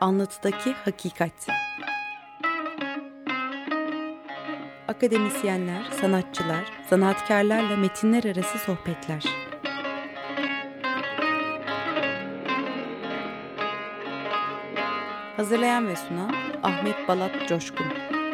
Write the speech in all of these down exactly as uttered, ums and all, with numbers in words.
Anlatıdaki hakikat. Akademisyenler, sanatçılar, zanaatkarlarla metinler arası sohbetler. Hazırlayan ve sunan Ahmet Balat Coşkun.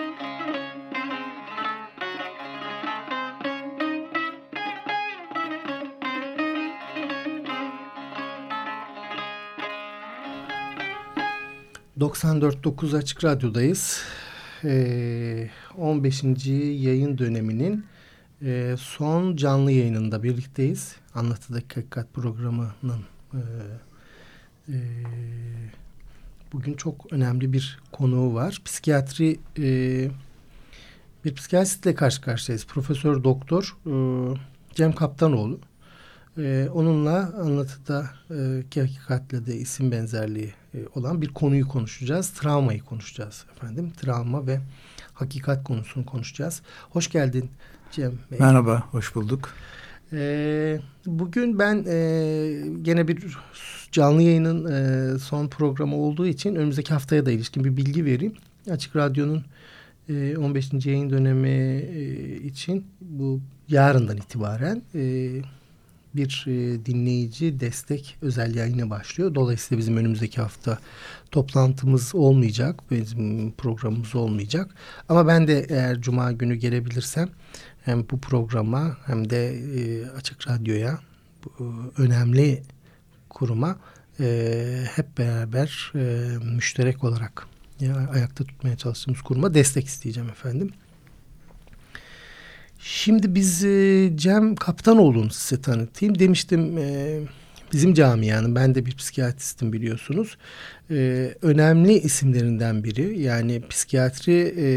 doksan dört nokta dokuz Açık Radyo'dayız. Ee, on beşinci yayın döneminin e, son canlı yayınında birlikteyiz. Anlatıdaki Hakikat programının e, e, bugün çok önemli bir konuğu var. Psikiyatri e, bir psikiyatristle karşı karşıyayız. Profesör Doktor e, Cem Kaptanoğlu. Ee, onunla anlatıda e, ki hakikatle de isim benzerliği e, olan bir konuyu konuşacağız. Travmayı konuşacağız efendim. Travma ve hakikat konusunu konuşacağız. Hoş geldin Cem Bey. Merhaba, hoş bulduk. Ee, bugün ben e, gene bir canlı yayının e, son programı olduğu için önümüzdeki haftaya da ilişkin bir bilgi vereyim. Açık Radyo'nun e, on beşinci yayın dönemi e, için bu yarından itibaren e, bir e, dinleyici destek özel yayına başlıyor. Dolayısıyla bizim önümüzdeki hafta toplantımız olmayacak. Bizim programımız olmayacak. Ama ben de eğer Cuma günü gelebilirsem hem bu programa hem de e, Açık Radyo'ya bu önemli kuruma e, hep beraber e, müşterek olarak ya, ayakta tutmaya çalıştığımız kuruma destek isteyeceğim efendim. Şimdi biz e, Cem Kaptanoğlu'nu size tanıtayım. Demiştim e, bizim camianın, ben de bir psikiyatristim biliyorsunuz. E, önemli isimlerinden biri. Yani psikiyatri e,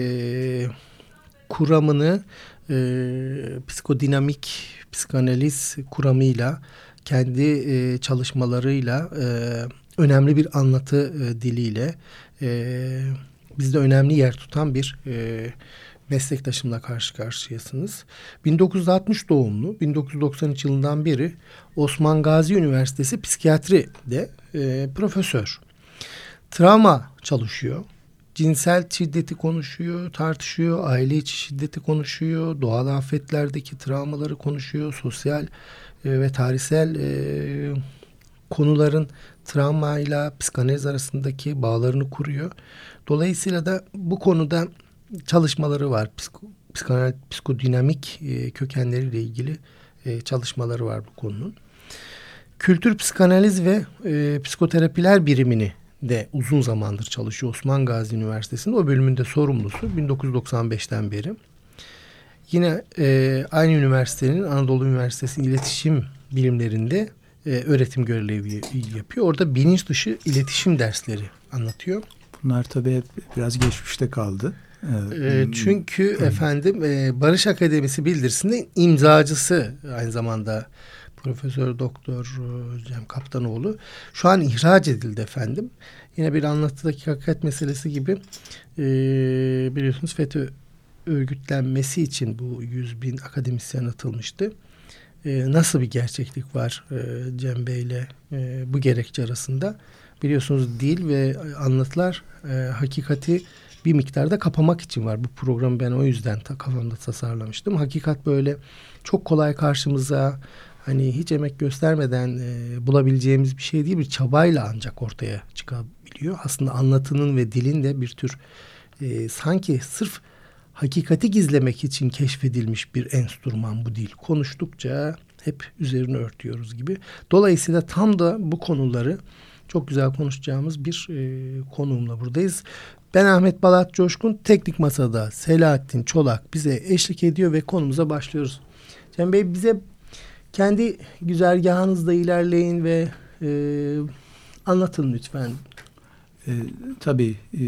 kuramını e, psikodinamik psikanaliz kuramıyla, kendi e, çalışmalarıyla, e, önemli bir anlatı e, diliyle e, bizde önemli yer tutan bir e, meslektaşımla karşı karşıyasınız. bin dokuz yüz altmış doğumlu, bin dokuz yüz doksan üç yılından beri Osman Gazi Üniversitesi Psikiyatri'de e, profesör. Travma çalışıyor. Cinsel şiddeti konuşuyor, tartışıyor, aile içi şiddeti konuşuyor, doğal afetlerdeki travmaları konuşuyor, sosyal e, ve tarihsel e, konuların travmayla psikanaliz arasındaki bağlarını kuruyor. Dolayısıyla da bu konuda çalışmaları var. Psiko, psikanal, psikodinamik e, kökenleriyle ilgili e, çalışmaları var bu konunun. Kültür psikanaliz ve e, psikoterapiler birimini de uzun zamandır çalışıyor Osman Gazi Üniversitesi'nde. O bölümünde sorumlusu bin dokuz yüz doksan beşten beri. Yine e, aynı üniversitenin Anadolu Üniversitesi İletişim Bilimlerinde e, öğretim görevi yapıyor. Orada bilinç dışı iletişim dersleri anlatıyor. Bunlar tabii hep biraz geçmişte kaldı. E, çünkü hmm. efendim e, Barış Akademisi bildirisinin imzacısı aynı zamanda Profesör Doktor Cem Kaptanoğlu. Şu an ihraç edildi efendim. Yine bir anlatıdaki hakikat meselesi gibi e, biliyorsunuz FETÖ örgütlenmesi için bu yüz bin akademisyen atılmıştı. E, nasıl bir gerçeklik var e, Cem Bey ile e, bu gerekçe arasında? Biliyorsunuz dil ve anlatılar e, hakikati bir miktarda kapamak için var. Bu programı ben o yüzden ta, kafamda tasarlamıştım. Hakikat böyle çok kolay karşımıza, hani hiç emek göstermeden e, bulabileceğimiz bir şey değil. Bir çabayla ancak ortaya çıkabiliyor. Aslında anlatının ve dilin de bir tür e, sanki sırf hakikati gizlemek için keşfedilmiş bir enstrüman bu dil. Konuştukça hep üzerine örtüyoruz gibi. Dolayısıyla tam da bu konuları çok güzel konuşacağımız bir e, konuğumla buradayız. Ben Ahmet Balat Coşkun, teknik masada Selahattin Çolak bize eşlik ediyor ve konumuza başlıyoruz. Cem Bey, bize kendi güzergahınızda ilerleyin ve e, anlatın lütfen. E, tabii e,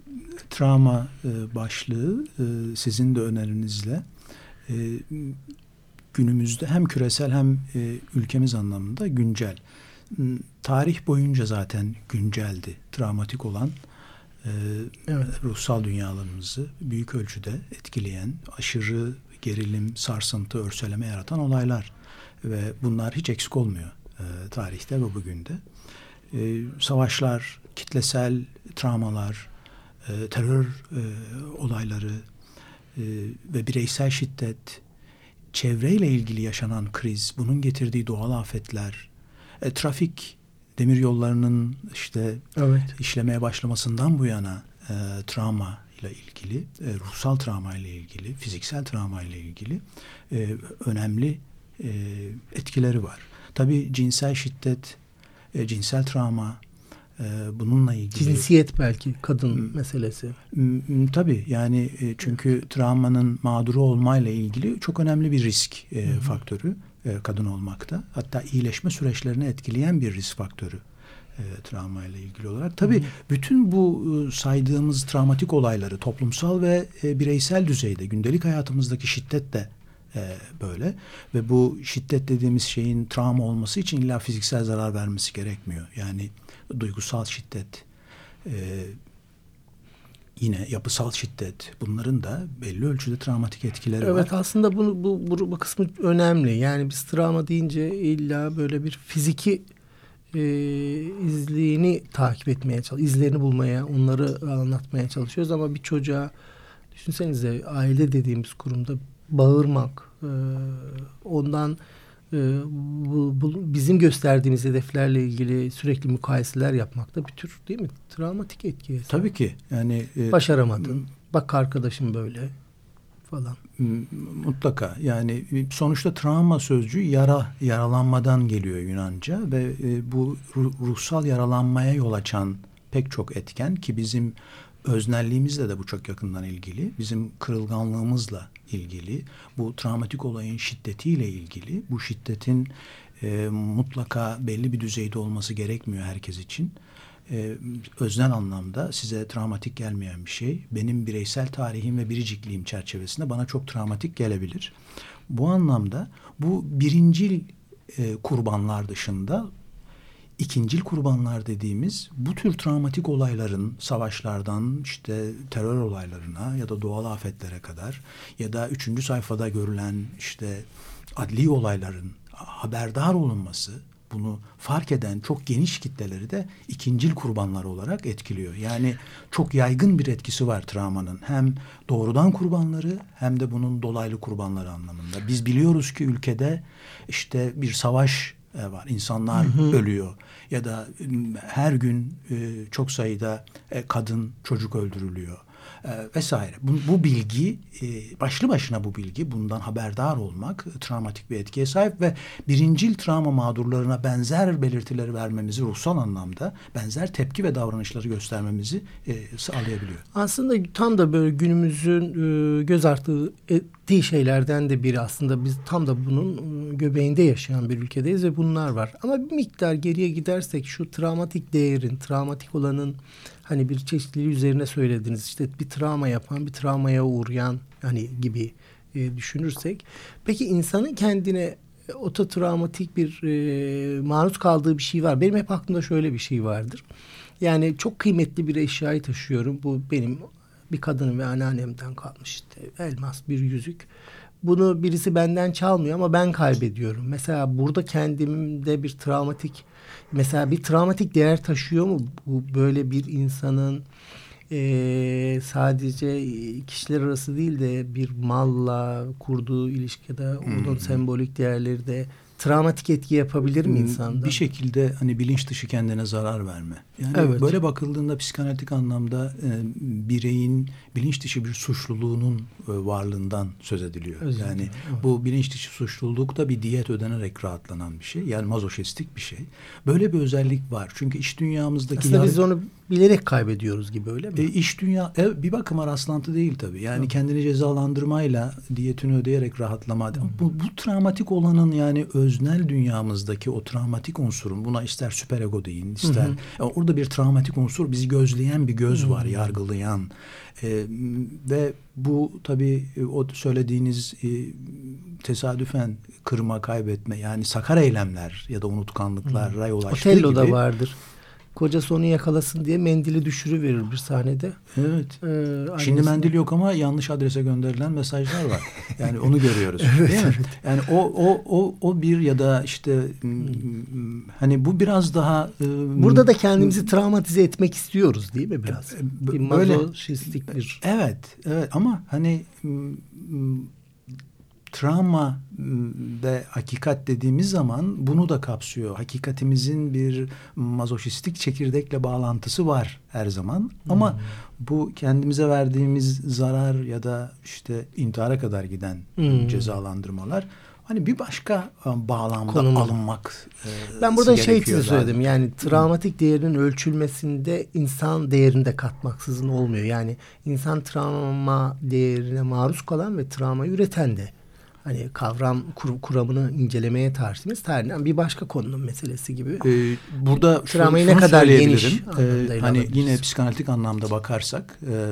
travma e, başlığı e, sizin de önerinizle e, günümüzde hem küresel hem e, ülkemiz anlamında güncel. Tarih boyunca zaten günceldi. Travmatik olan e, evet. ruhsal dünyalarımızı büyük ölçüde etkileyen, aşırı gerilim, sarsıntı, örseleme yaratan olaylar ve bunlar hiç eksik olmuyor e, tarihte ve bugün de. e, savaşlar, kitlesel travmalar, e, terör e, olayları e, ve bireysel şiddet, çevreyle ilgili yaşanan kriz, bunun getirdiği doğal afetler, e, trafik, demir yollarının işte evet. işlemeye başlamasından bu yana e, travma ile ilgili, e, ruhsal travma ile ilgili, fiziksel travma ile ilgili e, önemli e, etkileri var. Tabii cinsel şiddet, e, cinsel travma, e, bununla ilgili. Cinsiyet belki, kadın m- meselesi. M- tabii yani e, çünkü evet. travmanın mağduru olmayla ilgili çok önemli bir risk e, faktörü e, kadın olmakta. Hatta iyileşme süreçlerini etkileyen bir risk faktörü. E, travma ile ilgili olarak. Tabii hı hı. bütün bu e, saydığımız travmatik olayları toplumsal ve e, bireysel düzeyde, gündelik hayatımızdaki şiddet de e, böyle. Ve bu şiddet dediğimiz şeyin travma olması için illa fiziksel zarar vermesi gerekmiyor. Yani duygusal şiddet, e, yine yapısal şiddet, bunların da belli ölçüde travmatik etkileri evet, var. Evet, aslında bunu, bu, bu, bu kısmı önemli. Yani biz travma deyince illa böyle bir fiziki E, izlerini takip etmeye çalışıyoruz. İzlerini bulmaya, onları anlatmaya çalışıyoruz ama bir çocuğa düşünsenize, aile dediğimiz kurumda bağırmak, e, ondan e, bu, bu, bizim gösterdiğimiz hedeflerle ilgili sürekli mukayeseler yapmak da bir tür, değil mi? Travmatik etki. Tabii ki. Yani e, başaramadın. M- bak arkadaşım böyle falan. Mutlaka. Yani sonuçta travma sözcüğü yara, yaralanmadan geliyor Yunanca ve e, bu ruhsal yaralanmaya yol açan pek çok etken, ki bizim öznelliğimizle de bu çok yakından ilgili, bizim kırılganlığımızla ilgili, bu travmatik olayın şiddetiyle ilgili, bu şiddetin e, mutlaka belli bir düzeyde olması gerekmiyor herkes için. Ee, öznel anlamda size travmatik gelmeyen bir şey benim bireysel tarihim ve biricikliğim çerçevesinde bana çok travmatik gelebilir. Bu anlamda bu birincil e, kurbanlar dışında ikincil kurbanlar dediğimiz bu tür travmatik olayların, savaşlardan işte terör olaylarına ya da doğal afetlere kadar ya da üçüncü sayfada görülen işte adli olayların haberdar olunması, bunu fark eden çok geniş kitleleri de ikincil kurbanlar olarak etkiliyor. Yani çok yaygın bir etkisi var travmanın. Hem doğrudan kurbanları hem de bunun dolaylı kurbanları anlamında. Biz biliyoruz ki ülkede işte bir savaş var. İnsanlar hı hı. ölüyor. Ya da her gün çok sayıda kadın, çocuk öldürülüyor. Vesaire. Bu, bu bilgi, başlı başına bu bilgi, bundan haberdar olmak travmatik bir etkiye sahip ve birincil travma mağdurlarına benzer belirtileri vermemizi, ruhsal anlamda benzer tepki ve davranışları göstermemizi sağlayabiliyor. Aslında tam da böyle günümüzün göz ardı ettiği şeylerden de biri, aslında biz tam da bunun göbeğinde yaşayan bir ülkedeyiz ve bunlar var. Ama bir miktar geriye gidersek şu travmatik değerin, travmatik olanın hani bir çeşitliliği üzerine söylediniz. İşte bir travma yapan, bir travmaya uğrayan hani gibi e, düşünürsek. Peki insanın kendine ototravmatik bir e, maruz kaldığı bir şey var. Benim hep aklımda şöyle bir şey vardır. Yani çok kıymetli bir eşyayı taşıyorum. Bu benim bir kadının ve anneannemden kalmış işte elmas bir yüzük. Bunu birisi benden çalmıyor ama ben kaybediyorum. Mesela burada kendimde bir travmatik, mesela bir travmatik değer taşıyor mu bu böyle bir insanın e, sadece kişiler arası değil de bir malla kurduğu ilişkide onun hmm. sembolik değerleri de travmatik etki yapabilir mi insanda? Bir şekilde hani bilinç dışı kendine zarar verme. Yani evet. Böyle bakıldığında psikanalitik anlamda e, bireyin bilinç dışı bir suçluluğunun e, varlığından söz ediliyor. Özür yani evet. Bu bilinç dışı suçluluk da bir diyet ödenerek rahatlanan bir şey. Yani mazoşistik bir şey. Böyle bir özellik var. Çünkü iç dünyamızdaki... Aslında yar- biz onu bilerek kaybediyoruz gibi, öyle mi? E, iç dünya e, bir bakıma rastlantı değil tabii. Yani evet. Kendini cezalandırmayla diyetini ödeyerek rahatlama. Hmm. Bu, bu travmatik olanın yani öznel dünyamızdaki o travmatik unsurun, buna ister süperego deyin, ister... Hı hı. Orada bir travmatik unsur, bizi gözleyen bir göz hı. var, yargılayan. E, ve bu tabii o söylediğiniz e, tesadüfen kırma, kaybetme, yani sakar eylemler ya da unutkanlıklara yol açtığı gibi. Otello'da vardır. kocası onu yakalasın diye mendili düşürüverir bir sahnede. Evet. Ee, Şimdi mendil yok ama yanlış adrese gönderilen mesajlar var. Yani onu görüyoruz. Evet, değil mi? evet. Yani o o o o bir ya da işte hani bu biraz daha burada da kendimizi travmatize etmek istiyoruz değil mi biraz? Bir böyle mazoşistik bir. Evet, evet ama hani travma ve hakikat dediğimiz zaman bunu da kapsıyor. Hakikatimizin bir mazoşistik çekirdekle bağlantısı var her zaman. Hmm. Ama bu kendimize verdiğimiz zarar ya da işte intihara kadar giden hmm. cezalandırmalar hani bir başka bağlamda Konum. alınmak e, Ben burada şey için söyledim. Yani travmatik değerinin ölçülmesinde insan değerini de katmaksızın olmuyor. Yani insan travma değerine maruz kalan ve travmayı üreten de. Hani kavram kur, kuramını incelemeye tartıştığımız tarihinden bir başka konunun meselesi gibi. Ee, burada travmayı ne kadar geniş ee, hani yine psikanalitik anlamda bakarsak e,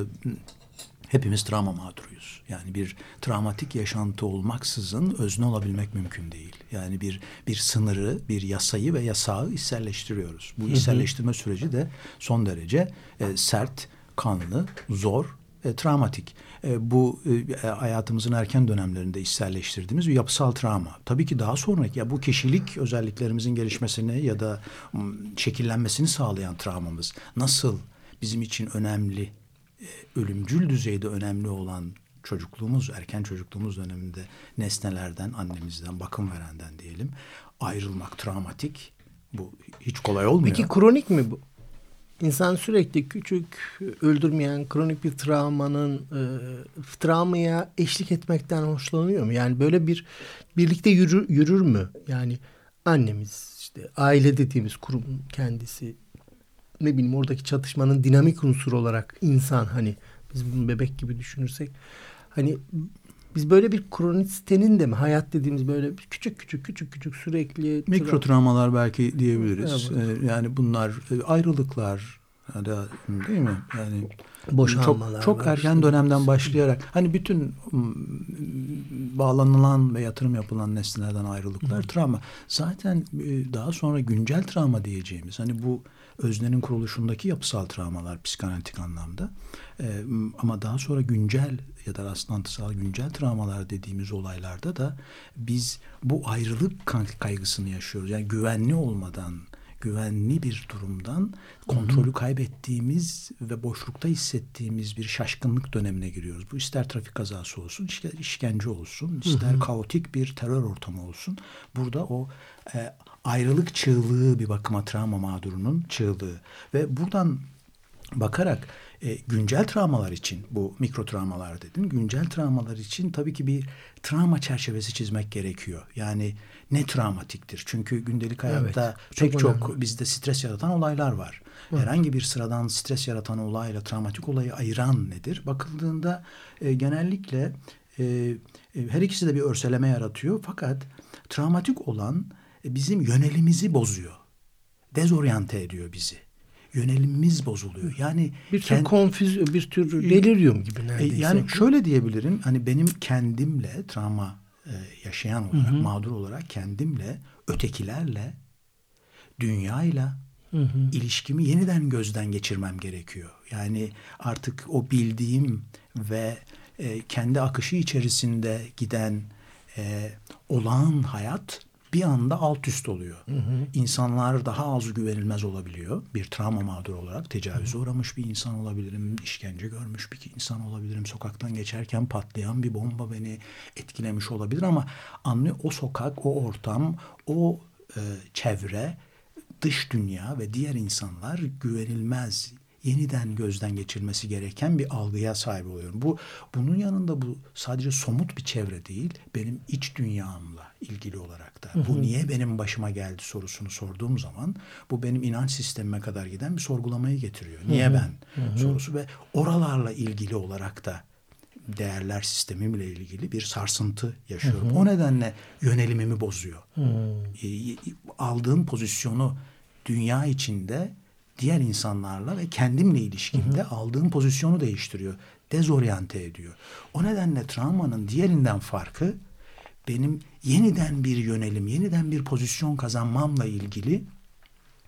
hepimiz travma mağduruyuz. Yani bir travmatik yaşantı olmaksızın özne olabilmek mümkün değil. Yani bir bir sınırı, bir yasayı ve yasağı içselleştiriyoruz. Bu içselleştirme süreci de son derece e, sert, kanlı, zor, e, travmatik. E, bu e, hayatımızın erken dönemlerinde içselleştirdiğimiz bir yapısal travma. Tabii ki daha sonraki ya bu kişilik özelliklerimizin gelişmesini ya da m, şekillenmesini sağlayan travmamız nasıl bizim için önemli, e, ölümcül düzeyde önemli olan çocukluğumuz, erken çocukluğumuz döneminde nesnelerden, annemizden, bakım verenden diyelim ayrılmak travmatik. Bu hiç kolay olmuyor. Peki kronik mi bu? İnsan sürekli küçük, öldürmeyen kronik bir travmanın e, travmaya eşlik etmekten hoşlanıyor mu? Yani böyle bir birlikte yürür, yürür mü? Yani annemiz, işte aile dediğimiz kurum kendisi, ne bileyim oradaki çatışmanın dinamik unsuru olarak insan, hani biz bunu bebek gibi düşünürsek, hani biz böyle bir kronisitenin de mi, hayat dediğimiz böyle küçük küçük küçük küçük sürekli mikro travmalar belki diyebiliriz. Evet. Ee, yani bunlar ayrılıklar ya da değil mi? Yani boşanmalar çok, çok erken dönemden başlayarak hani bütün bağlanılan ve yatırım yapılan nesnelerden ayrılıklar Hı. travma. Zaten daha sonra güncel travma diyeceğimiz hani bu öznenin kuruluşundaki yapısal travmalar psikanalitik anlamda. Ee, ama daha sonra güncel ya da rastlantısal güncel travmalar dediğimiz olaylarda da biz bu ayrılık kaygısını yaşıyoruz. Yani güvenli olmadan, güvenli bir durumdan kontrolü kaybettiğimiz ve boşlukta hissettiğimiz bir şaşkınlık dönemine giriyoruz. Bu ister trafik kazası olsun, ister işkence olsun, ister hı hı. kaotik bir terör ortamı olsun. Burada o e, ayrılık çığlığı bir bakıma travma mağdurunun çığlığı. Ve buradan bakarak e, güncel travmalar için, bu mikro travmalar dedin, güncel travmalar için tabii ki bir travma çerçevesi çizmek gerekiyor. Yani ne travmatiktir? Çünkü gündelik hayatta evet, pek çok, çok bizde stres yaratan olaylar var. Evet. Herhangi bir sıradan stres yaratan olayla travmatik olayı ayıran nedir? Bakıldığında e, genellikle e, e, her ikisi de bir örseleme yaratıyor. Fakat travmatik olan e, bizim yönelimizi bozuyor. Dezoryante ediyor bizi. Yönelimimiz bozuluyor. Yani bir tür kend... konfüz, bir tür deliriyorum gibi neredeyse. Yani şöyle diyebilirim. Hani benim kendimle travma e, yaşayan olarak, hı hı. mağdur olarak kendimle, ötekilerle, dünyayla hı hı. ilişkimi yeniden gözden geçirmem gerekiyor. Yani artık o bildiğim ve e, kendi akışı içerisinde giden e, olağan hayat bir anda alt üst oluyor. Hı hı. İnsanlar daha az güvenilmez olabiliyor. Bir travma mağduru olarak tecavüze uğramış bir insan olabilirim, işkence görmüş bir insan olabilirim. Sokaktan geçerken patlayan bir bomba beni etkilemiş olabilir ama anlıyor o sokak, o ortam, o e, çevre, dış dünya ve diğer insanlar güvenilmez, yeniden gözden geçirilmesi gereken bir algıya sahip oluyorum. Bu bunun yanında bu sadece somut bir çevre değil, benim iç dünyamla ilgili olarak da. Hı hı. Bu niye benim başıma geldi sorusunu sorduğum zaman bu benim inanç sistemime kadar giden bir sorgulamayı getiriyor. Niye hı hı. ben hı hı. sorusu ve oralarla ilgili olarak da değerler sistemimle ilgili bir sarsıntı yaşıyorum. Hı hı. O nedenle yönelimimi bozuyor. Hı. Aldığım pozisyonu dünya içinde diğer insanlarla ve kendimle ilişkimde hı hı. aldığım pozisyonu değiştiriyor. Dezoryante ediyor. O nedenle travmanın diğerinden farkı benim yeniden bir yönelim, yeniden bir pozisyon kazanmamla ilgili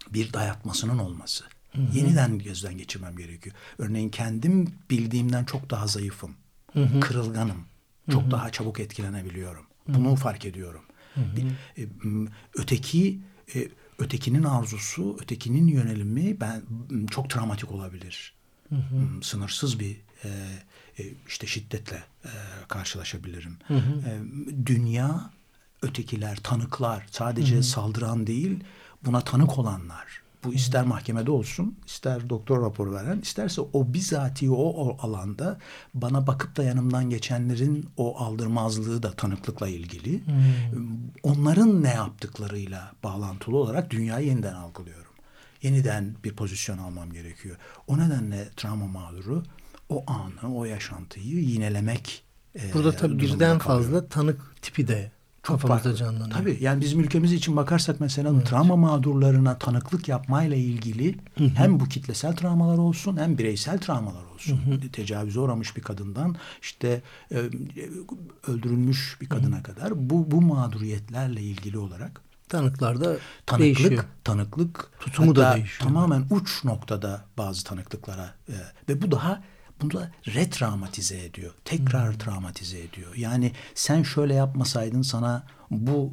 bir dayatmasının olması. Hı hı. Yeniden gözden geçirmem gerekiyor. Örneğin kendim bildiğimden çok daha zayıfım. Hı hı. Kırılganım. Çok hı hı. daha çabuk etkilenebiliyorum. Hı hı. Bunu fark ediyorum. Hı hı. Bir, e, öteki e, ötekinin arzusu, ötekinin yönelimi ben çok travmatik olabilir. Hı hı. Sınırsız bir e, e, işte şiddetle e, karşılaşabilirim. Hı hı. E, dünya, ötekiler, tanıklar, sadece hı hı. saldıran değil, buna tanık olanlar. Bu ister mahkemede olsun, ister doktor raporu veren, isterse o bizatihi o, o alanda bana bakıp da yanımdan geçenlerin o aldırmazlığı da tanıklıkla ilgili. Hmm. Onların ne yaptıklarıyla bağlantılı olarak dünyayı yeniden algılıyorum. Yeniden bir pozisyon almam gerekiyor. O nedenle travma mağduru o anı, o yaşantıyı yinelemek. Burada e, tabii birden fazla tanık tipi de kafamızda canlanıyor. Tabii yani bizim ülkemiz için bakarsak mesela evet. travma mağdurlarına tanıklık yapmayla ilgili hı hı. hem bu kitlesel travmalar olsun hem bireysel travmalar olsun. Hı hı. Tecavüze uğramış bir kadından işte e, öldürülmüş bir kadına hı hı. kadar bu bu mağduriyetlerle ilgili olarak tanıklarda tanıklık, değişiyor. Tanıklık tutumu da değişiyor. Tamamen uç noktada bazı tanıklıklara e, ve bu daha bunu da retravmatize ediyor. Tekrar hmm. travmatize ediyor. Yani sen şöyle yapmasaydın sana bu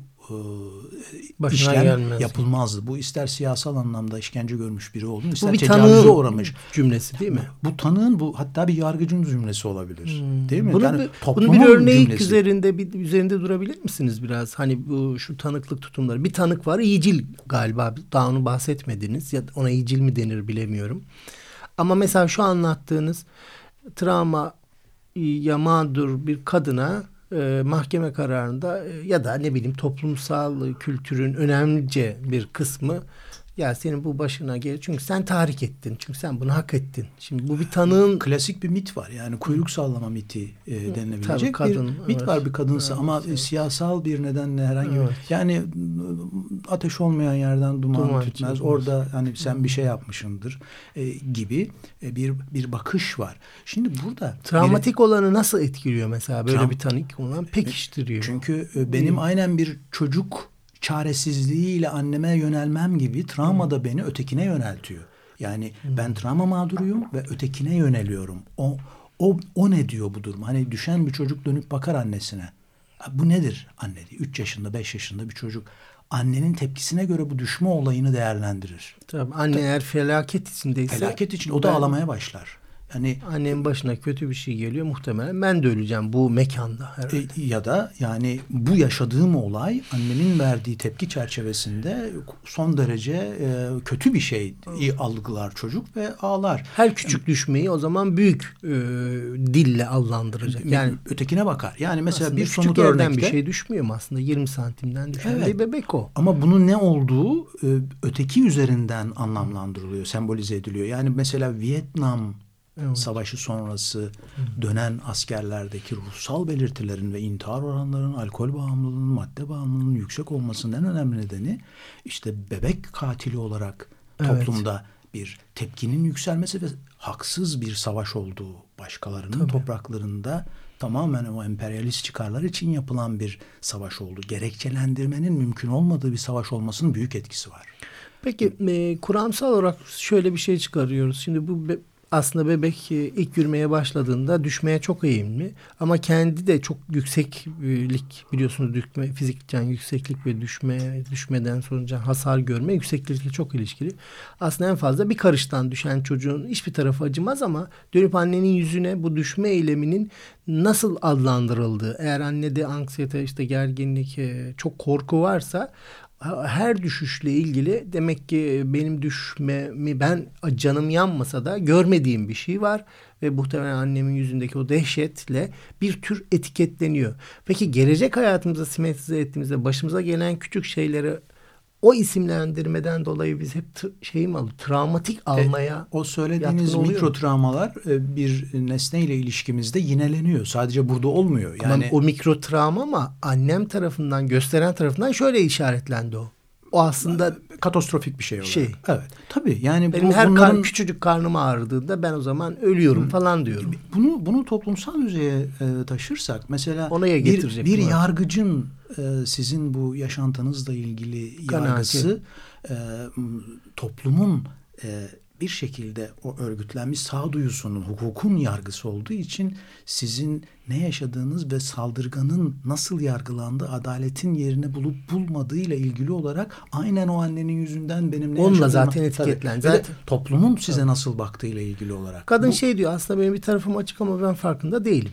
e, işlem gelmez. yapılmazdı. Bu ister siyasal anlamda işkence görmüş biri olsun, ister tecavüze uğramış cümlesi değil mi? Bu, bu tanığın bu hatta bir yargıcın cümlesi olabilir. Hmm. Değil mi? Bunu, yani bir, bunu bir örnek cümlesi. üzerinde bir üzerinde durabilir misiniz biraz? Hani bu şu tanıklık tutumları. Bir tanık var, iyicil galiba. Daha onu bahsetmediniz. Ya ona iyicil mi denir bilemiyorum. Ama mesela şu anlattığınız travma ya mağdur bir kadına e, mahkeme kararında e, ya da ne bileyim toplumsal kültürün önemlice bir kısmı ya senin bu başına gel çünkü sen tahrik ettin. Çünkü sen bunu hak ettin. Şimdi bu bir tanığın klasik bir mit var. Yani kuyruk sallama miti e, denilebilecek Tabii, kadın, bir mit evet. var bir kadınsa evet, ama evet. siyasal bir nedenle herhangi evet. bir yani ateş olmayan yerden duman, duman tütmez. Çıkmaz. Orada hani sen hmm. bir şey yapmışsındır e, gibi e, bir bir bakış var. Şimdi burada travmatik biri, olanı nasıl etkiliyor mesela böyle tram, bir tanık olan pekiştiriyor. Çünkü e, benim aynen bir çocuk çaresizliğiyle anneme yönelmem gibi travma da beni ötekine yöneltiyor. Yani hmm. ben travma mağduruyum ve ötekine yöneliyorum. O o o ne diyor bu durum? Hani düşen bir çocuk dönüp bakar annesine. Bu nedir anne diye. üç yaşında, beş yaşında bir çocuk annenin tepkisine göre bu düşme olayını değerlendirir. Tabii anne eğer felaket içindeyse felaket için o da ben... ağlamaya başlar. Yani annemin başına kötü bir şey geliyor muhtemelen ben de öleceğim bu mekanda herhalde. E, ya da yani bu yaşadığım olay annemin verdiği tepki çerçevesinde son derece e, kötü bir şey algılar çocuk ve ağlar. Her küçük yani, düşmeyi o zaman büyük e, dille adlandıracak. Yani ötekine bakar. Yani mesela bir somut örnekte bir şey düşmüyor mu aslında yirmi santimden düşen evet. bir bebek o. Ama bunun ne olduğu e, öteki üzerinden anlamlandırılıyor, sembolize ediliyor. Yani mesela Vietnam Evet. Savaşı sonrası dönen askerlerdeki ruhsal belirtilerin ve intihar oranlarının, alkol bağımlılığının, madde bağımlılığının yüksek olmasının en önemli nedeni işte bebek katili olarak toplumda evet. bir tepkinin yükselmesi ve haksız bir savaş olduğu, başkalarının Tabii. topraklarında tamamen o emperyalist çıkarlar için yapılan bir savaş oldu. Gerekçelendirmenin mümkün olmadığı bir savaş olmasının büyük etkisi var. Peki e, kuramsal olarak şöyle bir şey çıkarıyoruz. Şimdi bu be- aslında bebek ilk yürümeye başladığında düşmeye çok eğilimli ama kendi de çok yükseklik biliyorsunuz düşme, fizikten yükseklik ve düşme, düşmeden sonuca hasar görme yükseklikle çok ilişkili. Aslında en fazla bir karıştan düşen çocuğun hiçbir tarafı acımaz ama dönüp annenin yüzüne bu düşme eyleminin nasıl adlandırıldığı, eğer annede anksiyete işte gerginlik çok korku varsa her düşüşle ilgili demek ki benim düşmemi ben canım yanmasa da görmediğim bir şey var ve muhtemelen annemin yüzündeki o dehşetle bir tür etiketleniyor. Peki gelecek hayatımıza simetrize ettiğimizde başımıza gelen küçük şeyleri o isimlendirmeden dolayı biz hep t- şey mi alıyoruz? Travmatik almaya e, o söylediğiniz mikro travmalar e, bir nesneyle ilişkimizde yineleniyor. Sadece burada olmuyor. Yani ama o mikro travma ama annem tarafından gösteren tarafından şöyle işaretlendi o. O aslında katastrofik bir şey olarak. Şey. Evet. Tabii yani benim bu, her bunların... kar, küçücük karnım ağrıdığında ben o zaman ölüyorum Hı. falan diyorum. Bunu bunu toplumsal düzeye e, taşırsak mesela Onaya bir, bir yargıcın e, sizin bu yaşantınızla ilgili Kanaati. yargısı e, toplumun e, bir şekilde o örgütlenmiş sağduyusunun, hukukun yargısı olduğu için sizin ne yaşadığınız ve saldırganın nasıl yargılandığı, adaletin yerini bulup bulmadığıyla ilgili olarak aynen o annenin yüzünden benim ne Onunla yaşadığıma, zaten etiketlendi. Zaten toplumun size tabii. nasıl baktığıyla ilgili olarak. Kadın Bu, şey diyor, aslında benim bir tarafım açık ama ben farkında değilim.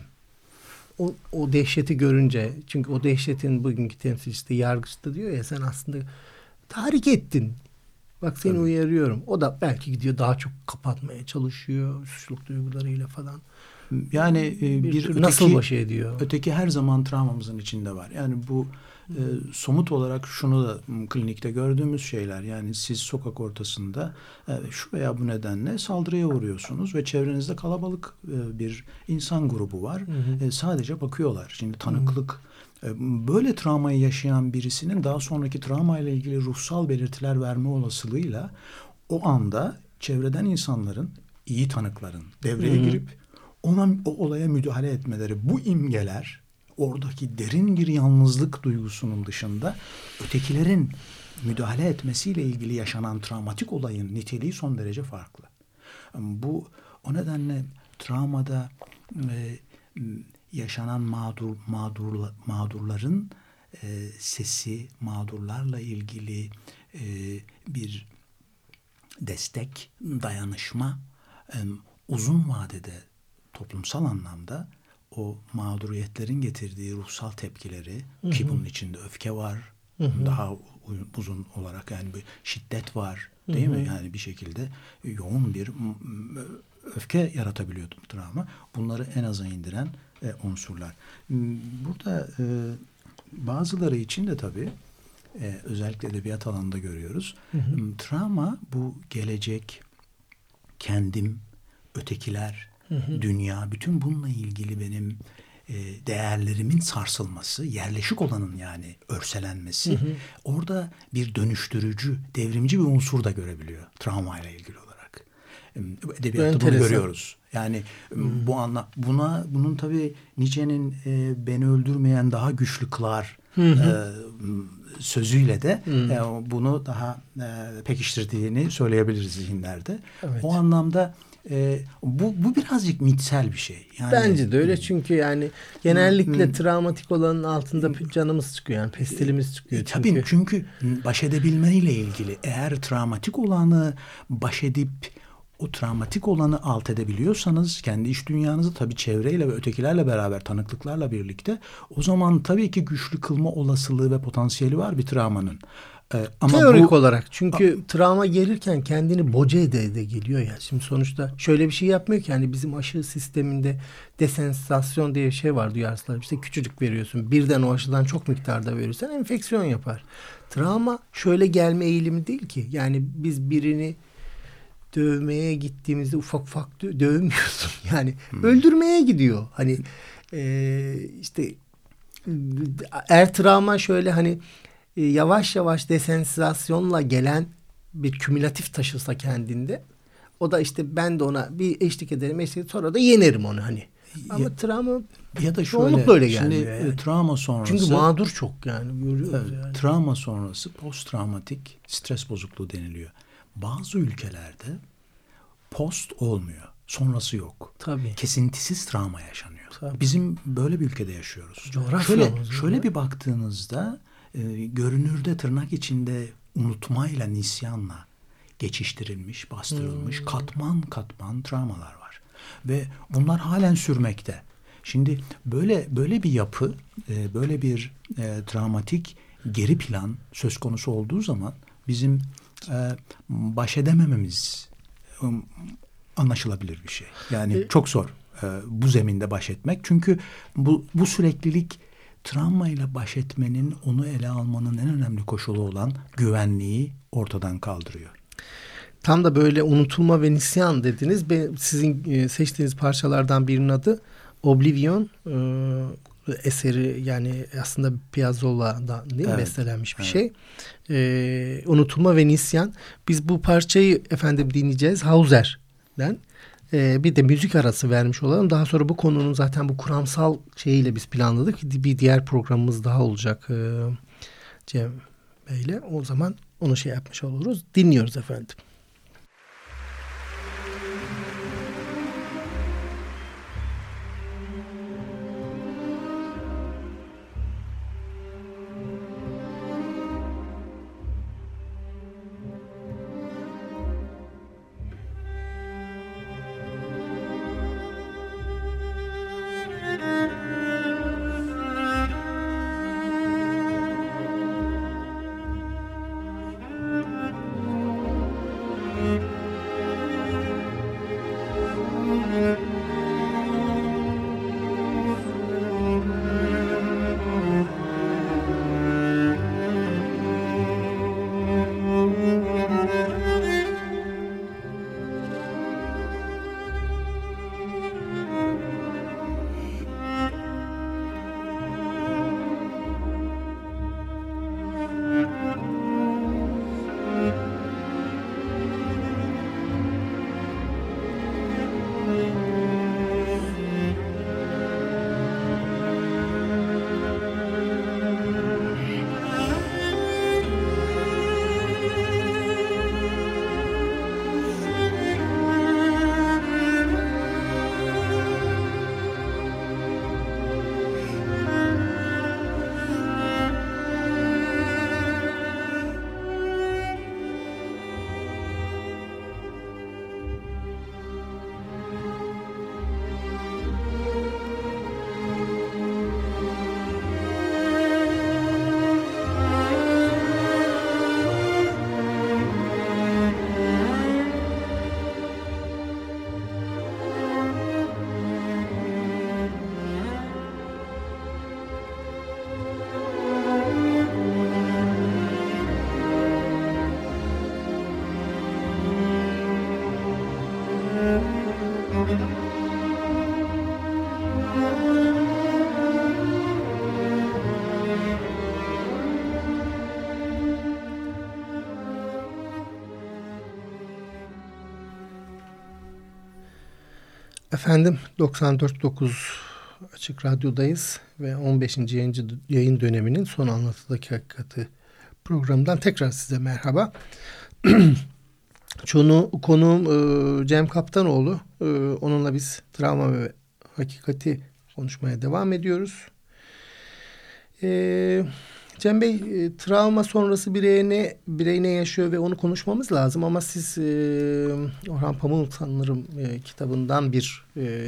O, o dehşeti görünce, çünkü o dehşetin bugünkü temsilcisi yargıç da diyor ya, sen aslında tahrik ettin. Bak seni tabii. uyarıyorum. O da belki gidiyor daha çok kapatmaya çalışıyor suçluluk duygularıyla falan. Yani e, bir, bir öteki, nasıl baş ediyor? Öteki her zaman travmamızın içinde var. Yani bu e, somut olarak şunu da klinikte gördüğümüz şeyler. Yani siz sokak ortasında e, şu veya bu nedenle saldırıya uğruyorsunuz ve çevrenizde kalabalık e, bir insan grubu var. Hı hı. E, sadece bakıyorlar. Şimdi tanıklık. Hı hı. Böyle travmayı yaşayan birisinin daha sonraki travmayla ilgili ruhsal belirtiler verme olasılığıyla o anda çevreden insanların, iyi tanıkların devreye Hı-hı. girip ona o olaya müdahale etmeleri, bu imgeler oradaki derin bir yalnızlık duygusunun dışında ötekilerin müdahale etmesiyle ilgili yaşanan travmatik olayın niteliği son derece farklı. Bu o nedenle travmada e, yaşanan mağdur mağdur mağdurların e, sesi, mağdurlarla ilgili e, bir destek, dayanışma, e, uzun vadede toplumsal anlamda o mağduriyetlerin getirdiği ruhsal tepkileri, hı hı. ki bunun içinde öfke var, hı hı. daha uzun olarak yani bir şiddet var, değil hı hı. mi? Yani bir şekilde yoğun bir öfke yaratabiliyor travma. Bunları en aza indiren e, unsurlar. Burada e, bazıları için de tabii e, özellikle edebiyat alanında görüyoruz. Hı hı. Travma bu gelecek, kendim, ötekiler, hı hı. dünya, bütün bununla ilgili benim e, değerlerimin sarsılması, yerleşik olanın yani örselenmesi, hı hı. orada bir dönüştürücü, devrimci bir unsur da görebiliyor travmayla ilgili olarak. Edebiyatta bunu görüyoruz. Yani hmm. bu anla buna bunun tabii Nietzsche'nin e, beni öldürmeyen daha güçlü kılar hmm. e, sözüyle de hmm. e, bunu daha e, pekiştirdiğini söyleyebiliriz zihinlerde. Evet. O anlamda e, bu bu birazcık mitsel bir şey. Yani, bence de öyle çünkü yani genellikle hmm. travmatik olanın altında canımız çıkıyor yani pestilimiz çıkıyor. E, çünkü. Tabii çünkü baş edebilmeyle ilgili eğer travmatik olanı baş edip o travmatik olanı alt edebiliyorsanız kendi iç dünyanızı tabii çevreyle ve ötekilerle beraber tanıklıklarla birlikte o zaman tabii ki güçlü kılma olasılığı ve potansiyeli var bir travmanın. Ee, ama teorik bu, olarak çünkü a, travma gelirken kendini boca ede ede geliyor ya. Şimdi sonuçta şöyle bir şey yapmıyor ki yani bizim aşı sisteminde desensitizasyon diye bir şey var duyarsızlar. İşte küçücük veriyorsun. Birden o aşıdan çok miktarda verirsen enfeksiyon yapar. Travma şöyle gelme eğilimi değil ki. Yani biz birini dövmeye gittiğimizde ufak ufak dö- dövmüyorsun. Yani hmm. öldürmeye gidiyor. Hani e, işte eğer travma şöyle hani e, yavaş yavaş desensitizasyonla gelen bir kümülatif taşısa kendinde o da işte ben de ona bir eşlik ederim eşlik sonra da yenerim onu hani. Ama ya, travma ya da şöyle böyle gelmiyor yani. Travma sonrası. Çünkü mağdur çok yani görüyoruz evet, yani. Travma sonrası post travmatik stres bozukluğu deniliyor. Bazı ülkelerde post olmuyor. Sonrası yok. Tabii. Kesintisiz travma yaşanıyor. Tabii. Bizim böyle bir ülkede yaşıyoruz. Şöyle, şöyle bir baktığınızda e, görünürde tırnak içinde unutmayla, nisyanla geçiştirilmiş, bastırılmış hmm. katman katman travmalar var. Ve bunlar halen sürmekte. Şimdi böyle böyle bir yapı, e, böyle bir e, travmatik geri plan söz konusu olduğu zaman bizim e, baş edemememiz e, anlaşılabilir bir şey. Yani e, çok zor e, bu zeminde baş etmek. Çünkü bu, bu süreklilik travmayla baş etmenin, onu ele almanın en önemli koşulu olan güvenliği ortadan kaldırıyor. Tam da böyle unutulma ve nisyan dediniz. Sizin seçtiğiniz parçalardan birinin adı Oblivion e, eseri, yani aslında Piazzolla'dan değil mi evet, bestelenmiş bir evet. şey. E, unutulma ve nisyan. Biz bu parçayı efendim dinleyeceğiz Hauser'den. Ee, bir de müzik arası vermiş olalım. Daha sonra bu konunun zaten bu kuramsal şeyiyle biz planladık. Bir diğer programımız daha olacak ee, Cem Bey'le. O zaman onu şey yapmış oluruz. Dinliyoruz efendim. Efendim doksan dört nokta dokuz Açık Radyo'dayız ve on beşinci yayıncı yayın döneminin son anlatıdaki hakikati programından tekrar size merhaba. Çoğunu, konuğum e, Cem Kaptanoğlu. E, onunla biz travma ve hakikati konuşmaya devam ediyoruz. E, Cem Bey, e, travma sonrası birey ne, birey ne yaşıyor ve onu konuşmamız lazım. Ama siz e, Orhan Pamuk'un sanırım e, kitabından bir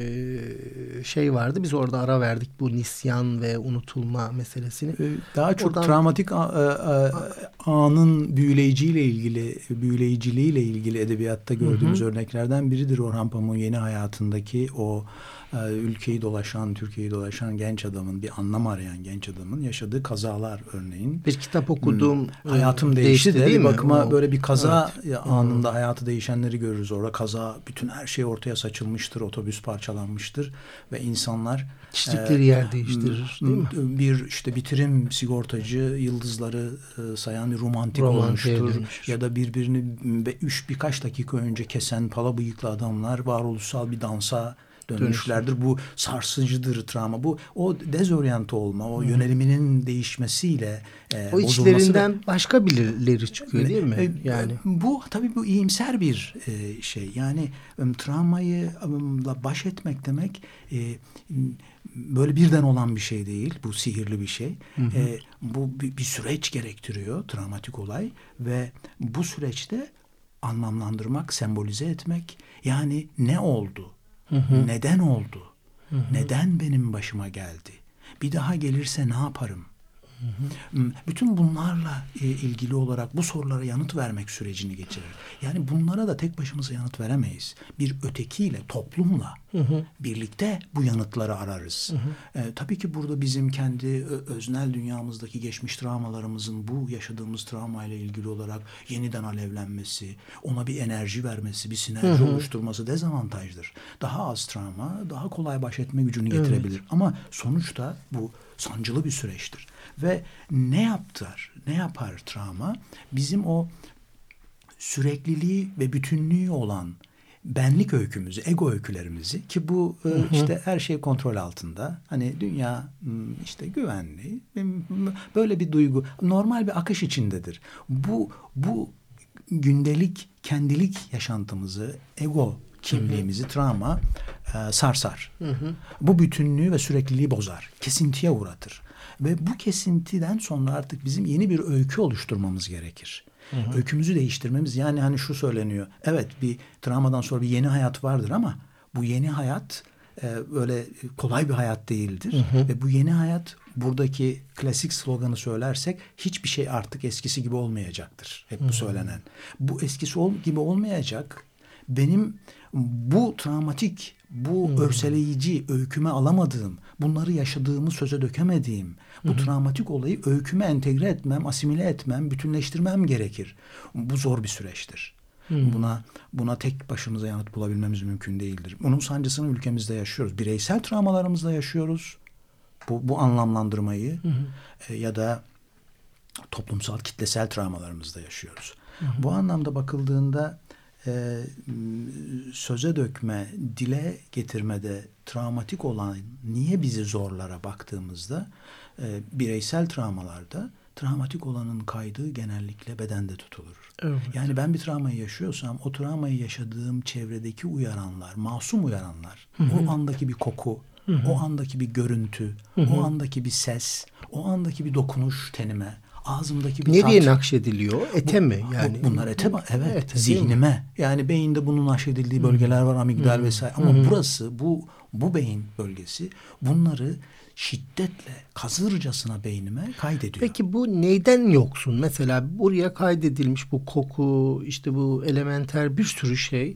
e, şey vardı. Biz orada ara verdik bu nisyan ve unutulma meselesini. Daha çok Oradan, travmatik a, a, a, anın büyüleyiciyle ilgili, büyüleyiciliğiyle ilgili edebiyatta gördüğümüz hı hı. örneklerden biridir Orhan Pamuk'un yeni hayatındaki o ülkeyi dolaşan, Türkiye'yi dolaşan genç adamın, bir anlam arayan genç adamın yaşadığı kazalar örneğin. Bir kitap okudum. Hmm, hayatım değişti, değişti değil mi? Bakıma o, böyle bir kaza evet. anında hmm. hayatı değişenleri görürüz. Orada kaza, bütün her şey ortaya saçılmıştır, otobüs parçalanmıştır ve insanlar İçtikleri e, yer değiştirir değil mi? Bir işte bitirim sigortacı yıldızları e, sayan bir romantik olmuştur. Dönmüştür. Ya da birbirini be, üç birkaç dakika önce kesen pala bıyıklı adamlar varoluşsal bir dansa dönmüşlerdir. Bu sarsıcıdır travma. Bu o dezoryante olma, o hmm. yöneliminin değişmesiyle e, o içlerinden ve, başka birileri çıkıyor değil mi? E, yani bu tabii bu iyimser bir e, şey. Yani um, travmayla baş etmek demek e, böyle birden olan bir şey değil. Bu sihirli bir şey. Hı hı. E, bu bir, bir süreç gerektiriyor, travmatik olay ve bu süreçte anlamlandırmak, sembolize etmek, yani ne oldu? Hı hı. Neden oldu? Hı hı. Neden benim başıma geldi? Bir daha gelirse ne yaparım? Hı hı. Bütün bunlarla e, ilgili olarak bu sorulara yanıt vermek sürecini geçirir. Yani bunlara da tek başımıza yanıt veremeyiz. Bir ötekiyle, toplumla hı hı. birlikte bu yanıtları ararız. Hı hı. E, tabii ki burada bizim kendi öznel dünyamızdaki geçmiş travmalarımızın bu yaşadığımız travmayla ilgili olarak yeniden alevlenmesi, ona bir enerji vermesi, bir sinerji hı hı. oluşturması dezavantajdır. Daha az travma, daha kolay baş etme gücünü getirebilir. Evet. Ama sonuçta bu sancılı bir süreçtir. Ve ne yaptır? Ne yapar travma? Bizim o sürekliliği ve bütünlüğü olan benlik öykümüzü, ego öykülerimizi ki bu hı hı. işte her şey kontrol altında. Hani dünya işte güvenli, böyle bir duygu normal bir akış içindedir. Bu bu gündelik kendilik yaşantımızı, ego kimliğimizi, hı hı. travma e, sarsar. Hı hı. Bu bütünlüğü ve sürekliliği bozar, kesintiye uğratır. Ve bu kesintiden sonra artık bizim yeni bir öykü oluşturmamız gerekir. Hı hı. Öykümüzü değiştirmemiz, yani hani şu söyleniyor. Evet, bir travmadan sonra bir yeni hayat vardır ama bu yeni hayat e, böyle kolay bir hayat değildir. Hı hı. Ve bu yeni hayat, buradaki klasik sloganı söylersek, hiçbir şey artık eskisi gibi olmayacaktır. Hep bu hı. söylenen. Bu eskisi ol, gibi olmayacak. Benim bu travmatik, bu hmm. örseleyici, öyküme alamadığım, bunları yaşadığımı söze dökemediğim, bu hmm. travmatik olayı öyküme entegre etmem, asimile etmem, bütünleştirmem gerekir. Bu zor bir süreçtir. Hmm. Buna buna tek başımıza yanıt bulabilmemiz mümkün değildir. Onun sancısını ülkemizde yaşıyoruz. Bireysel travmalarımızda yaşıyoruz. Bu, bu anlamlandırmayı hmm. e, ya da toplumsal, kitlesel travmalarımızda yaşıyoruz. Hmm. Bu anlamda bakıldığında Ee, söze dökme, dile getirmede travmatik olan niye bizi zorlara baktığımızda e, bireysel travmalarda travmatik olanın kaydı genellikle bedende tutulur. Evet. Yani ben bir travmayı yaşıyorsam o travmayı yaşadığım çevredeki uyaranlar, masum uyaranlar, hı hı. o andaki bir koku, hı hı. o andaki bir görüntü, hı hı. o andaki bir ses, o andaki bir dokunuş tenime, ağzımdaki bir nereye tat. nakşediliyor? Ete bu, mi? Yani bu, bunlar ete, evet, ete, zihnime. Yani beyinde bunun nakşedildiği hmm. bölgeler var, amigdal hmm. vesaire. Ama hmm. burası, bu bu beyin bölgesi bunları şiddetle, kazırcasına beynime kaydediyor. Peki bu neyden yoksun? Mesela buraya kaydedilmiş bu koku, işte bu elementer bir sürü şey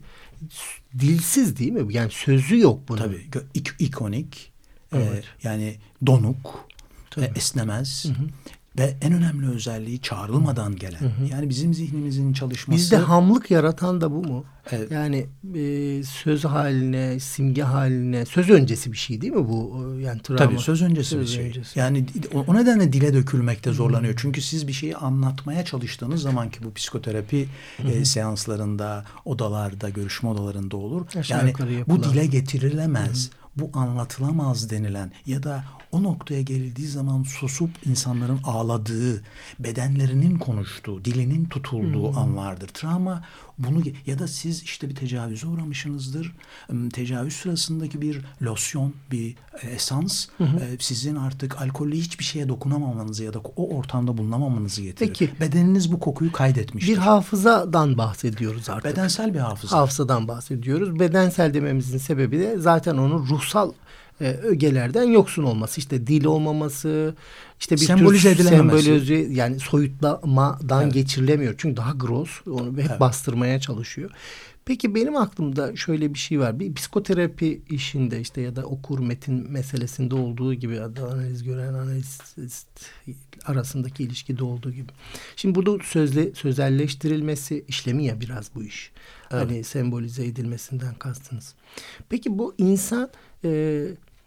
dilsiz değil mi? Yani sözü yok bunun. Tabii. İk, ikonik, evet. e, yani donuk, e, esnemez. Hı hı. Ve en önemli özelliği çağrılmadan gelen. Hı hı. Yani bizim zihnimizin çalışması. Bizde hamlık yaratan da bu mu? Evet. Yani e, söz haline, simge haline, söz öncesi bir şey değil mi bu? Yani travma. Tabii söz öncesi söz bir şey. Öncesi. Yani o, o nedenle dile dökülmekte zorlanıyor. Hı. Çünkü siz bir şeyi anlatmaya çalıştığınız zaman, ki bu psikoterapi e, seanslarında, odalarda, görüşme odalarında olur. Aşağı yani bu dile getirilemez. Hı. Bu anlatılamaz denilen ya da o noktaya geldiği zaman susup insanların ağladığı, bedenlerinin konuştuğu, dilinin tutulduğu hmm. anlardır. Travma bunu, ya da siz işte bir tecavüze uğramışsınızdır. Tecavüz sırasındaki bir losyon, bir esans hmm. sizin artık alkollü hiçbir şeye dokunamamanızı ya da o ortamda bulunamamanızı getirir. Peki, bedeniniz bu kokuyu kaydetmiştir. Bir hafızadan bahsediyoruz artık. Bedensel bir hafıza. Hafızadan bahsediyoruz. Bedensel dememizin sebebi de zaten onun ruhsal e, ögelerden yoksun olması. İşte dil olmaması, işte bir sembolize tür sembolize, yani soyutlamadan evet. geçirilemiyor. Çünkü daha gross, onu hep evet. bastırmaya çalışıyor. Peki benim aklımda şöyle bir şey var. Bir psikoterapi işinde işte ya da okur metin meselesinde olduğu gibi, analiz gören analist arasındaki ilişkide olduğu gibi. Şimdi burada sözle, sözelleştirilmesi işlemi ya biraz bu iş. Evet. Hani sembolize edilmesinden kastınız. Peki bu insan e,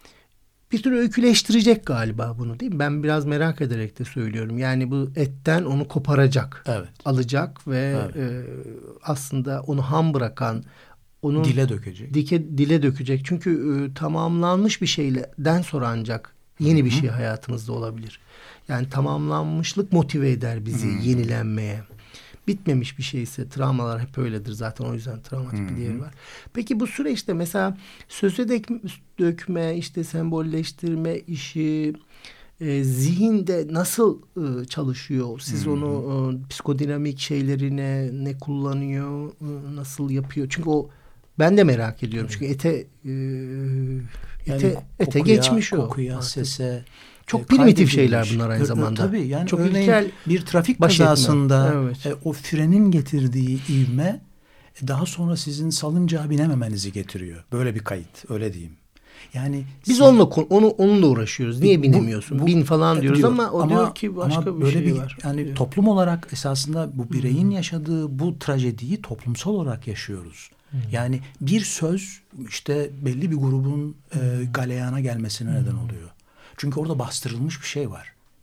bir tür öyküleştirecek galiba bunu, değil mi? Ben biraz merak ederek de söylüyorum. Yani bu etten onu koparacak, evet. alacak ve evet. e, aslında onu ham bırakan, onu dile dökecek. Dike, dile dökecek. Çünkü e, tamamlanmış bir şeyden sonra ancak yeni Hı-hı. bir şey hayatımızda olabilir. Yani tamamlanmışlık motive eder bizi Hı-hı. yenilenmeye. Bitmemiş bir şeyse, travmalar hep öyledir zaten, o yüzden travmatik Hı-hı. bir değeri var. Peki bu süreçte mesela söze dökme, işte sembolleştirme işi e, zihinde nasıl e, çalışıyor? Siz Hı-hı. onu e, psikodinamik şeylerine ne kullanıyor, e, nasıl yapıyor? Çünkü o, ben de merak ediyorum. Hı-hı. Çünkü ete e, ete, yani ete kokuya, geçmiş o. Kokuya, sese. Çok primitif şeyler bunlar aynı zamanda. Tabii yani çok örneğin bir trafik kazasında evet. e, o frenin getirdiği ivme e, daha sonra sizin salıncağa binememenizi getiriyor. Böyle bir kayıt, öyle diyeyim. Yani biz siz, onunla onu onunla uğraşıyoruz. Niye bu, binemiyorsun? Bu, Bin falan diyoruz diyor, ama o ama, diyor ki başka bir şey bir, var. Yani diyor. Toplum olarak esasında bu bireyin hmm. yaşadığı bu trajediyi toplumsal olarak yaşıyoruz. Hmm. Yani bir söz işte belli bir grubun hmm. e, galeyana gelmesine hmm. neden oluyor. Çünkü orada bastırılmış bir şey var.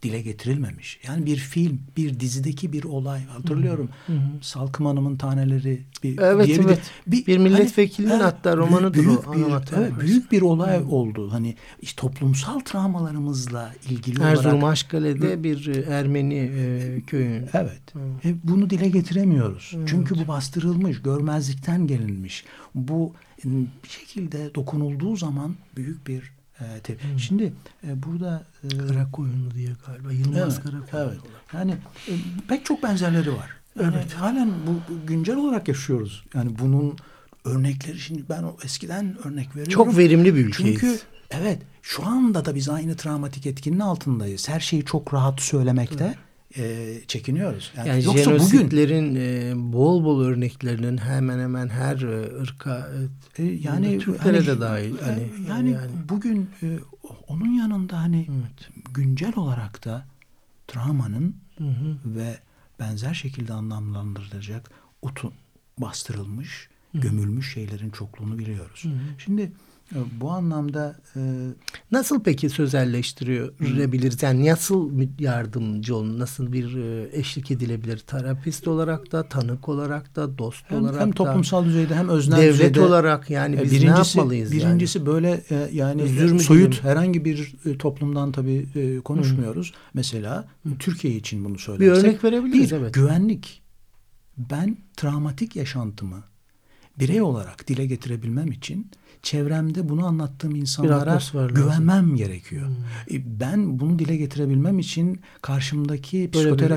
dile getirilmemiş. Yani bir film, bir dizideki bir olay hatırlıyorum. Hı hı. Salkım Hanım'ın Taneleri bir, evet, diye evet. bir, bir, bir milletvekilinin hani, hatta romanıdır büyük o. Bir, evet, büyük bir olay hı. oldu. Hani işte toplumsal travmalarımızla ilgili Erzurum olarak. Erzurum Aşkale'de bir Ermeni e, köyü. Evet. E, bunu dile getiremiyoruz. Evet. Çünkü bu bastırılmış, görmezlikten gelinmiş. Bu bir şekilde dokunulduğu zaman büyük bir e, te- hmm. Şimdi e, burada e, Karakoyunlu diye galiba Yılmaz evet, Karakoyunlu. Evet. Yani e, pek çok benzerleri var. Yani evet. Halen bu, bu güncel olarak yaşıyoruz. Yani bunun örnekleri, şimdi ben o eskiden örnek veriyorum. Çok verimli bir ülkeyiz. Çünkü evet, şu anda da biz aynı travmatik etkinin altındayız. Her şeyi çok rahat söylemekte. Evet. E, çekiniyoruz. Yani, yani yoksa jenositlerin bugün e, bol bol örneklerinin hemen hemen her e, ırka e, yani Türklere hani, de dahil. E, hani, yani, yani bugün e, onun yanında hani evet. güncel olarak da travmanın hı hı. ve benzer şekilde anlamlandırılacak utu bastırılmış, hı. gömülmüş şeylerin çokluğunu biliyoruz. Hı hı. Şimdi bu anlamda e, nasıl peki sözelleştirebiliriz? Yani nasıl yardımcı olun? Nasıl bir e, eşlik edilebilir? Terapist olarak da, tanık olarak da, dost hem, olarak hem da. Hem toplumsal düzeyde hem öznel devlet düzeyde. Devlet olarak yani biz birincisi, ne yapmalıyız? Birincisi yani? böyle e, yani Üzür soyut diyeyim? herhangi bir e, toplumdan tabii e, konuşmuyoruz. Hı. Mesela Hı. Türkiye için bunu söylersek. Bir örnek verebiliriz. Bir, evet. güvenlik. Ben travmatik yaşantımı birey olarak dile getirebilmem için çevremde bunu anlattığım insanlara güvenmem lazım. gerekiyor. Hmm. Ben bunu dile getirebilmem için karşımdaki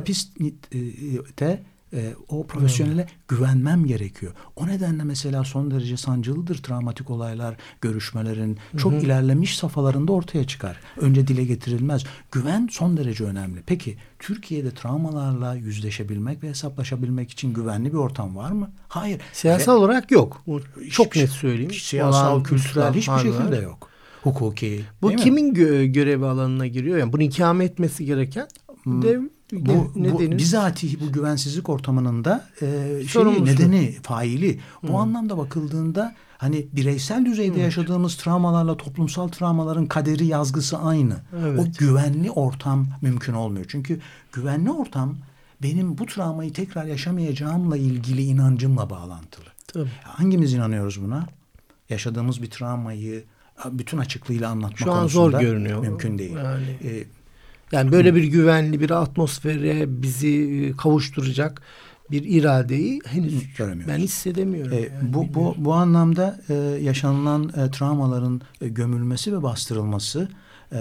psikoterapiste e, o profesyonele hmm. güvenmem gerekiyor. O nedenle mesela son derece sancılıdır travmatik olaylar, görüşmelerin çok hmm. ilerlemiş safhalarında ortaya çıkar. Önce dile getirilmez. Güven son derece önemli. Peki Türkiye'de travmalarla yüzleşebilmek ve hesaplaşabilmek için güvenli bir ortam var mı? Hayır. Siyasal ve, olarak yok. Çok net söyleyeyim. Siyasal, Olan, kültürel hiçbir şekilde yok. Hukuki. Bu kimin gö- görevi alanına giriyor? Yani bunu ikame etmesi gereken hmm. dev Bu, bu bizatihi bu güvensizlik ortamının da e, şeyi, nedeni, faili. Bu hmm. anlamda bakıldığında hani bireysel düzeyde hmm. yaşadığımız travmalarla toplumsal travmaların kaderi, yazgısı aynı. Evet. O güvenli ortam mümkün olmuyor. Çünkü güvenli ortam benim bu travmayı tekrar yaşamayacağımla ilgili inancımla bağlantılı. Tabii. Hangimiz inanıyoruz buna? Yaşadığımız bir travmayı bütün açıklığıyla anlatma Şu an konusunda zor görünüyor. Mümkün değil. Yani... Ee, Yani böyle bir güvenli bir atmosfere bizi kavuşturacak bir iradeyi henüz ben hissedemiyorum. E, yani bu, bu bu anlamda e, yaşanılan e, travmaların e, gömülmesi ve bastırılması e,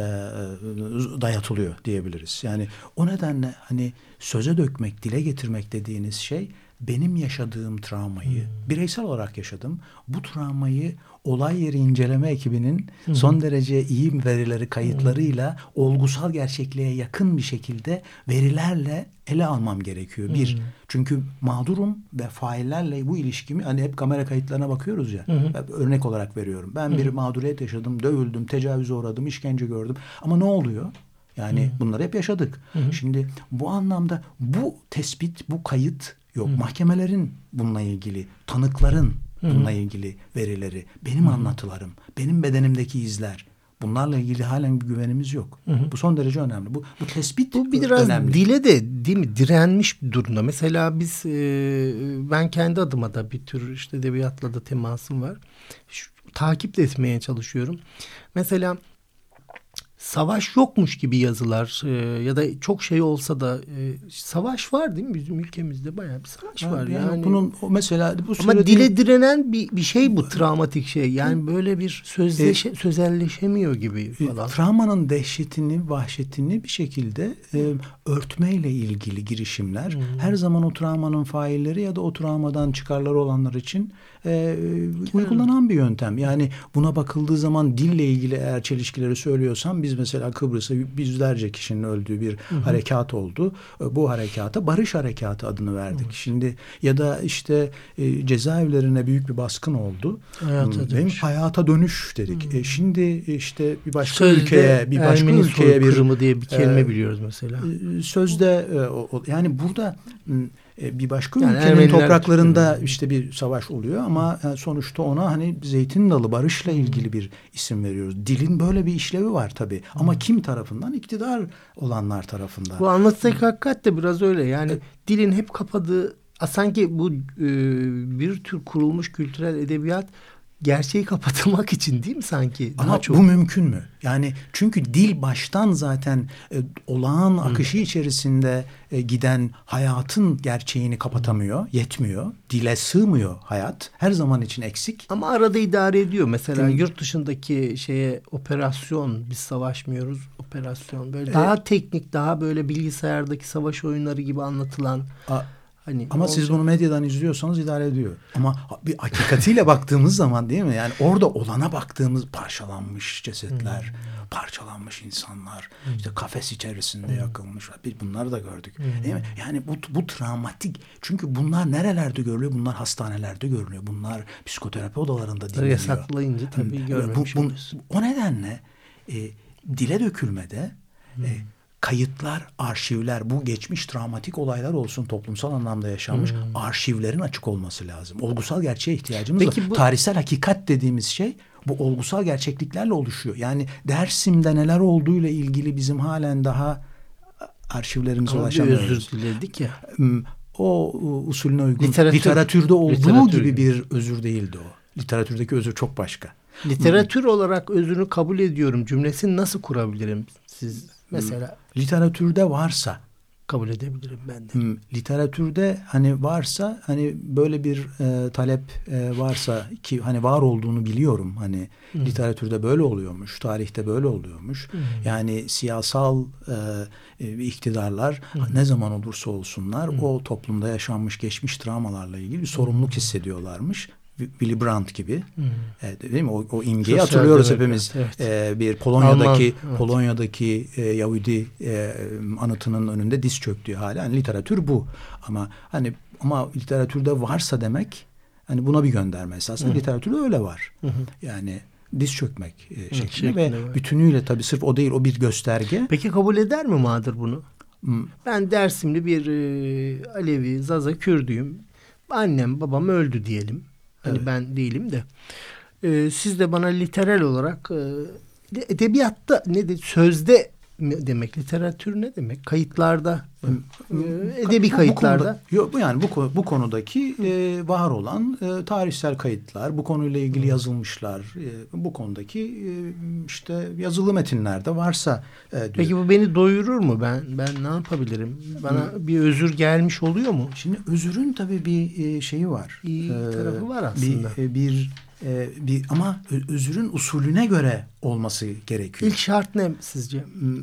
dayatılıyor diyebiliriz. Yani o nedenle hani söze dökmek, dile getirmek dediğiniz şey benim yaşadığım travmayı hmm. bireysel olarak yaşadım. Bu travmayı olay yeri inceleme ekibinin hmm. son derece iyi verileri, kayıtlarıyla hmm. olgusal gerçekliğe yakın bir şekilde verilerle ele almam gerekiyor. Bir, hmm. çünkü mağdurum ve faillerle bu ilişkimi hani hep kamera kayıtlarına bakıyoruz ya. Hmm. Örnek olarak veriyorum. Ben hmm. bir mağduriyet yaşadım, dövüldüm, tecavüze uğradım, işkence gördüm. Ama ne oluyor? Yani hmm. bunları hep yaşadık. Hmm. Şimdi bu anlamda bu tespit, bu kayıt yok. Hmm. Mahkemelerin bununla ilgili, tanıkların bununla ilgili verileri, benim Hı-hı. anlatılarım, benim bedenimdeki izler. Bunlarla ilgili halen bir güvenimiz yok. Hı-hı. Bu son derece önemli. Bu, bu tespit bu biraz önemli. Dile de değil mi direnmiş bir durumda. Mesela biz e, ben kendi adıma da bir tür işte edebiyatla da temasım var. Şu, takip etmeye çalışıyorum. Mesela savaş yokmuş gibi yazılar e, ya da çok şey olsa da e, savaş var değil mi? Bizim ülkemizde bayağı bir savaş yani var. Yani, yani bunun o mesela bu ama söylediğim... dile direnen bir bir şey bu travmatik şey. Yani böyle bir sözleşe, e, sözelleşemiyor gibi falan. E, travmanın dehşetini, vahşetini bir şekilde e, örtmeyle ilgili girişimler hmm. her zaman o travmanın failleri ya da o travmadan çıkarları olanlar için e, uygulanan bir yöntem. Yani buna bakıldığı zaman dille ilgili eğer çelişkileri söylüyorsam biz mesela Kıbrıs'ta yüzlerce kişinin öldüğü bir hı hı. harekat oldu. Bu harekata Barış Harekatı adını verdik. Hı. Şimdi ya da işte e, cezaevlerine büyük bir baskın oldu. Hayata dönüş. Hayata dönüş dedik. E, şimdi işte bir başka sözde ülkeye, bir başka ülkeye bir Kırımı diye bir kelime e, biliyoruz mesela. Sözde e, o, yani burada bir başka yani ülkenin Ermeniler topraklarında tutuyor. işte bir savaş oluyor ama sonuçta ona hani zeytin dalı, barışla ilgili bir isim veriyoruz. Dilin böyle bir işlevi var tabii. Ama hmm. kim tarafından? İktidar olanlar tarafından. Bu anlatsak hakikat de biraz öyle. Yani e, dilin hep kapadığı, sanki bu e, bir tür kurulmuş kültürel edebiyat gerçeği kapatılmak için değil mi sanki? Ama Daha çok. Bu mümkün mü? Yani çünkü dil baştan zaten e, olağan hmm. akışı içerisinde e, giden hayatın gerçeğini kapatamıyor, yetmiyor. Dile sığmıyor hayat. Her zaman için eksik. Ama arada idare ediyor. Mesela hmm. yurt dışındaki şeye operasyon, biz savaşmıyoruz, operasyon böyle e, daha teknik, daha böyle bilgisayardaki savaş oyunları gibi anlatılan. A- Hani Ama olacak. Siz bunu medyadan izliyorsanız idare ediyor. Ama bir hakikatiyle baktığımız zaman değil mi? Yani orada olana baktığımız parçalanmış cesetler, hmm. parçalanmış insanlar, hmm. işte kafes içerisinde hmm. yakılmış. Bir bunları da gördük. Hmm. Değil mi? Yani bu bu travmatik. Çünkü bunlar nerelerde görülüyor? Bunlar hastanelerde görülüyor. Bunlar psikoterapi odalarında dinleniyor. Yasaklayınca tabii hmm. görmemiş bu, bu, O nedenle e, dile dökülmede hmm. e, kayıtlar, arşivler, bu geçmiş travmatik olaylar olsun, toplumsal anlamda yaşanmış hmm. arşivlerin açık olması lazım. Olgusal gerçeğe ihtiyacımız Peki var. Bu... Tarihsel hakikat dediğimiz şey bu olgusal gerçekliklerle oluşuyor. Yani Dersim'de neler olduğuyla ilgili bizim halen daha arşivlerimize Ama ulaşamıyoruz. Özür diledik ya. O usulüne uygun. Literatür, literatürde olduğu literatür gibi bir özür değildi o. Literatürdeki özür çok başka. Literatür hmm. olarak özrünü kabul ediyorum cümlesini nasıl kurabilirim siz? Mesela literatürde varsa kabul edebilirim ben de. Hmm, literatürde hani varsa, hani böyle bir e, talep e, varsa, ki hani var olduğunu biliyorum, hani hmm. literatürde böyle oluyormuş, tarihte böyle oluyormuş. Hmm. Yani siyasal e, iktidarlar hmm. ne zaman olursa olsunlar hmm. o toplumda yaşanmış geçmiş travmalarla ilgili bir sorumluluk hissediyorlarmış. Willy Brandt gibi, hmm. e, değil mi? O, o imgeyi Sosyal hatırlıyoruz hepimiz. Evet. E, bir Polonya'daki Alman, Polonya'daki evet. e, Yahudi e, anıtının önünde diz çöktüğü hali. Yani literatür bu. Ama hani ama literatürde varsa demek, hani buna bir gönderme esasında. Hmm. Literatürde öyle var. Hmm. Yani diz çökmek e, şeklinde, şeklinde ve var. Bütünüyle tabii sırf o değil, o bir gösterge. Peki kabul eder mi Mağdur bunu? Hmm. Ben Dersimli bir e, Alevi, Zaza, Kürdüyüm. Annem babam öldü diyelim. Hani evet. ben değilim de. Ee, siz de bana literal olarak e, edebiyatta ne de sözde mi demek, literatür ne demek? Kayıtlarda, e, edebi kayıtlarda. Bu konuda, yok, yani bu bu konudaki e, var olan e, tarihsel kayıtlar, bu konuyla ilgili hmm. yazılmışlar, e, bu konudaki e, işte yazılı metinlerde varsa e, diyor. Peki bu beni doyurur mu? Ben ben ne yapabilirim? Bana hmm. bir özür gelmiş oluyor mu? Şimdi özürün tabii bir e, şeyi var. İyi ee, tarafı var aslında. Bir, e, bir Ee, bir ama özürün usulüne göre olması gerekiyor. İlk şart ne sizce?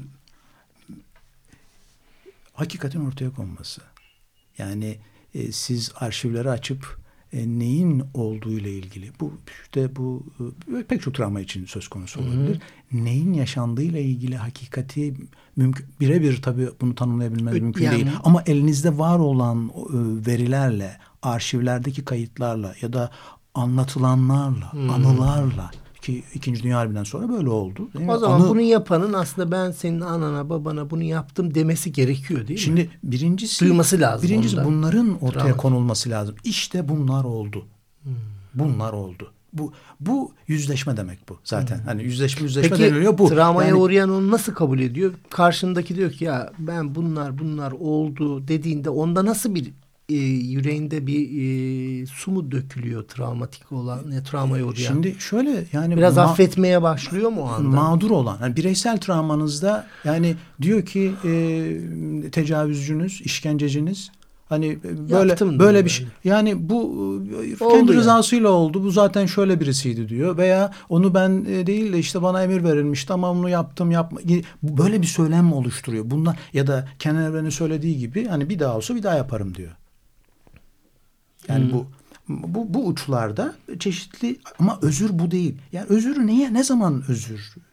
Hakikatin ortaya konması. Yani e, siz arşivleri açıp e, neyin olduğu ile ilgili, bu işte bu e, pek çok travma için söz konusu olabilir. Hı-hı. Neyin yaşandığı ile ilgili hakikati mümkün, birebir tabii bunu tanımlayabilmeniz Ö- mümkün yani, değil. Ama elinizde var olan e, verilerle, arşivlerdeki kayıtlarla ya da anlatılanlarla, hmm. anılarla, ki İkinci Dünya Harbi'nden sonra böyle oldu. Değil mi? O zaman Anı, bunu yapanın aslında ben senin anana babana bunu yaptım demesi gerekiyor değil şimdi mi? Şimdi birincisi duyması lazım. Birincisi ondan. bunların ortaya Travma. konulması lazım. İşte bunlar oldu. Hmm. Bunlar oldu. Bu bu yüzleşme demek bu zaten. Hmm. Hani yüzleşme yüzleşme Peki, deniliyor bu. Travmaya yani, uğrayan onu nasıl kabul ediyor? Karşındaki diyor ki ya ben bunlar bunlar oldu dediğinde onda nasıl bir E, yüreğinde bir e, su mu dökülüyor travmatik olan, ne travmaya uğrayan? Şimdi şöyle yani biraz ma- affetmeye başlıyor mu o anda? Mağdur olan, yani bireysel travmanızda yani diyor ki e, tecavüzcünüz, işkenceciniz hani böyle Yaptım böyle bir şey. Yani bu oldu kendi yani. rızasıyla oldu. Bu zaten şöyle birisiydi diyor veya onu ben e, değil de işte bana emir verilmişti ama onu yaptım yapma. Böyle bir söylem oluşturuyor. Bunlar ya da Kenan Evren'in söylediği gibi hani bir daha olsa bir daha yaparım diyor. Yani hmm. bu bu bu uçlarda çeşitli, ama özür bu değil. Yani özürü neye, ne zaman özür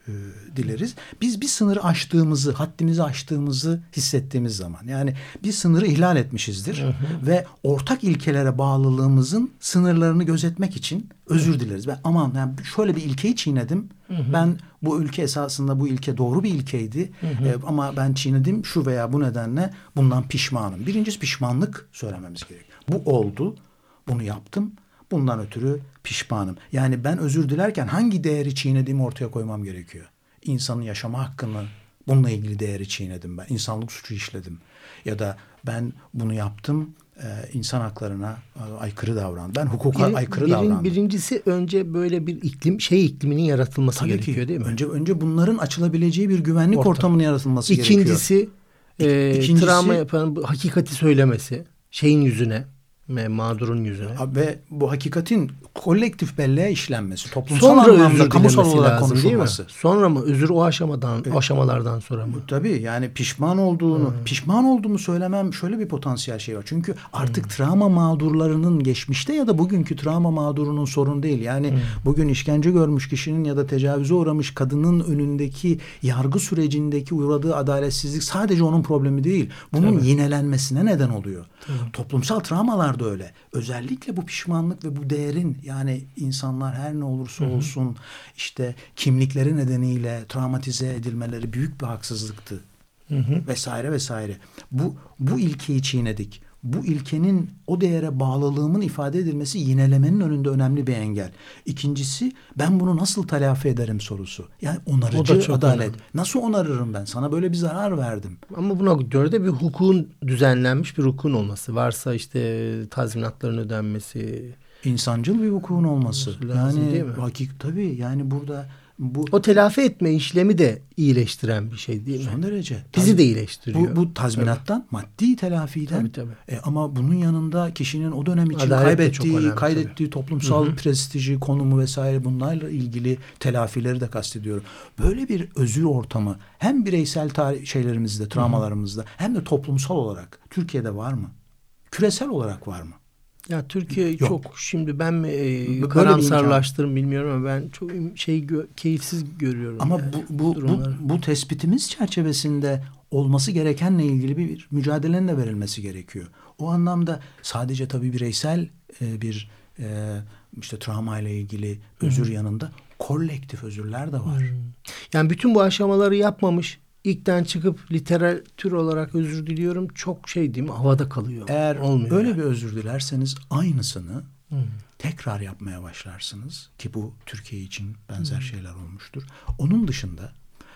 e, dileriz. Biz bir sınırı aştığımızı, haddimizi aştığımızı hissettiğimiz zaman, yani bir sınırı ihlal etmişizdir hı hı. ve ortak ilkelere bağlılığımızın sınırlarını gözetmek için özür dileriz. Ben aman yani şöyle bir ilkeyi çiğnedim. Hı hı. Ben bu ülke esasında bu ilke doğru bir ilkeydi hı hı. E, ama ben çiğnedim şu veya bu nedenle bundan pişmanım. Birincisi pişmanlık söylememiz gerekiyor. Bu oldu, bunu yaptım. Bundan ötürü pişmanım. Yani ben özür dilerken hangi değeri çiğnediğimi ortaya koymam gerekiyor. İnsanın yaşama hakkını, bununla ilgili değeri çiğnedim ben. İnsanlık suçu işledim. Ya da ben bunu yaptım, e, insan haklarına aykırı davrandım. Ben hukuka bir, aykırı birin, davrandım. Birincisi önce böyle bir iklim, şey ikliminin yaratılması Tabii gerekiyor ki. Değil mi? Önce önce bunların açılabileceği bir güvenlik Orta. ortamının yaratılması İkincisi, gerekiyor. İkincisi, e, travma yapan bu hakikati söylemesi, şeyin yüzüne. Mağdurun yüzüne. Ve bu hakikatin kolektif belleğe işlenmesi, toplumsal sonra anlamda kamusal olarak lazım, konuşulması. Sonra mı? Özür o aşamadan, evet. o aşamalardan sonra mı? Tabii yani pişman olduğunu, hmm. pişman olduğumu söylemem şöyle bir potansiyel şey var. Çünkü artık hmm. travma mağdurlarının geçmişte ya da bugünkü travma mağdurunun sorun değil. Yani hmm. bugün işkence görmüş kişinin ya da tecavüze uğramış kadının önündeki yargı sürecindeki uğradığı adaletsizlik sadece onun problemi değil. Bunun Tabii. yinelenmesine neden oluyor. Tabii. Toplumsal travmalar da öyle. Özellikle bu pişmanlık ve bu değerin, yani insanlar her ne olursa olsun hı hı. işte kimlikleri nedeniyle travmatize edilmeleri büyük bir haksızlıktı. Hı hı. Vesaire vesaire. Bu bu ilkeyi çiğnedik. Bu ilkenin o değere bağlılığımın ifade edilmesi yinelemenin önünde önemli bir engel. İkincisi, ben bunu nasıl telafi ederim sorusu. Yani onarıcı adalet. Önemli. Nasıl onarırım ben? Sana böyle bir zarar verdim. Ama buna göre de bir hukukun düzenlenmiş bir hukukun olması. Varsa işte tazminatların ödenmesi. İnsancıl bir hukukun olması. Lazım, yani hakik tabii yani burada bu o telafi etme işlemi de iyileştiren bir şey değil mi? Son derece. Bizi Taz, de iyileştiriyor. Bu, bu tazminattan, evet. maddi telafiden. Tabii, tabii. E, ama bunun yanında kişinin o dönem için Adalet kaybettiği, önemli, kaydettiği tabii. toplumsal Hı-hı. prestiji, konumu vesaire bunlarla ilgili telafileri de kastediyorum. Böyle bir özür ortamı hem bireysel tarih şeylerimizde, travmalarımızda Hı-hı. hem de toplumsal olarak Türkiye'de var mı? Küresel olarak var mı? Ya Türkiye Yok. çok şimdi ben mi e, karamsarlaştırım bilmiyorum ama ben çok şey gö- keyifsiz görüyorum. Ama yani bu bu, bu bu tespitimiz çerçevesinde olması gerekenle ilgili bir mücadelenin de verilmesi gerekiyor. O anlamda sadece tabii bireysel e, bir e, işte travma ile ilgili özür Hı-hı. yanında kolektif özürler de var. Hı-hı. Yani bütün bu aşamaları yapmamış, İlkten çıkıp literatür olarak özür diliyorum çok şey değil mi? Havada kalıyor. Eğer Olmuyor böyle yani. bir özür dilerseniz aynısını hmm. tekrar yapmaya başlarsınız. Ki bu Türkiye için benzer hmm. şeyler olmuştur. Onun dışında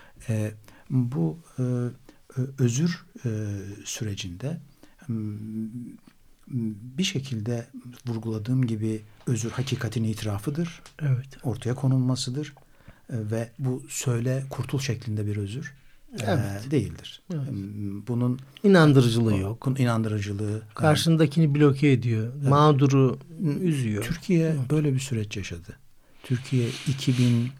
e, bu e, özür e, sürecinde bir şekilde vurguladığım gibi özür hakikatin itirafıdır. Evet. Ortaya konulmasıdır. E, ve bu söyle kurtul şeklinde bir özür. Evet. Ee, değildir. Evet. Bunun inandırıcılığı o, yok. İnandırıcılığı karşındakini yani, bloke ediyor. Evet. Mağduru üzüyor. Türkiye evet. böyle bir süreç yaşadı. Türkiye iki bin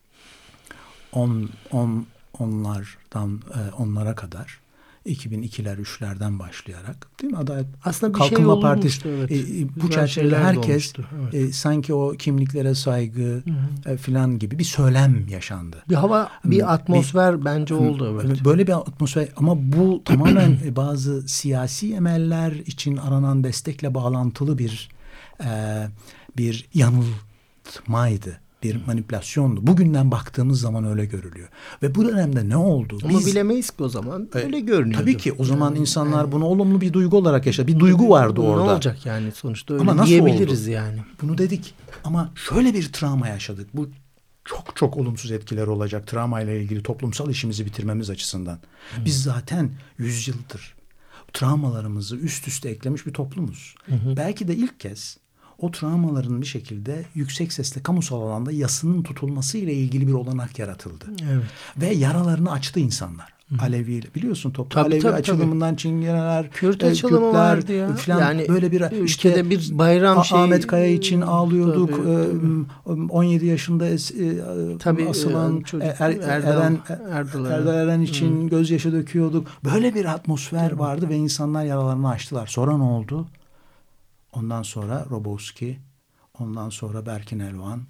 on onlardan onlara kadar iki bin ikiler üçlerden başlayarak değil mi? Adalet aslında bir Kalkınma şey Partisi evet. e, bu çerçevede herkes evet. e, sanki o kimliklere saygı e, filan gibi bir söylem yaşandı. Bir hava, bir atmosfer bir, bence oldu evet. Böyle bir atmosfer ama bu tamamen bazı siyasi emeller için aranan destekle bağlantılı bir e, bir yanıltmaydı. Bir manipülasyondu. Bugünden baktığımız zaman öyle görülüyor. Ve bu dönemde ne oldu? Ama Biz, bilemeyiz ki o zaman. Öyle görünüyordu. Tabii ki o zaman yani, insanlar yani, bunu olumlu bir duygu olarak yaşadı. Bir duygu vardı ne orada. Ne olacak yani sonuçta öyle Ama nasıl diyebiliriz oldu? Yani. Bunu dedik. Ama şöyle bir travma yaşadık. Bu çok çok olumsuz etkileri olacak. Travmayla ilgili toplumsal işimizi bitirmemiz açısından. Hmm. Biz zaten yüzyıldır travmalarımızı üst üste eklemiş bir toplumuz. Hmm. Belki de ilk kez o travmaların bir şekilde yüksek sesle kamusal alanda yasının tutulması ile ilgili bir olanak yaratıldı. Evet. Ve yaralarını açtı insanlar. Hı. Alevi biliyorsun toplu Alevi tabii, açılımından tabii. Çingeneler, Kürt e, açılımı Kürtler, vardı ya. Falan yani böyle bir işte bir bayram A- şey Ahmet Kaya için ağlıyorduk. Tabii, tabii. on yedi yaşında es, tabii, asılan çocuk, er, Erdal, Eren Erdal, Erdal Eren için Hı. gözyaşı döküyorduk. Böyle bir atmosfer tabii. vardı ve insanlar yaralarını açtılar. Sonra ne oldu? Ondan sonra Robowski, ondan sonra Berkin Elvan,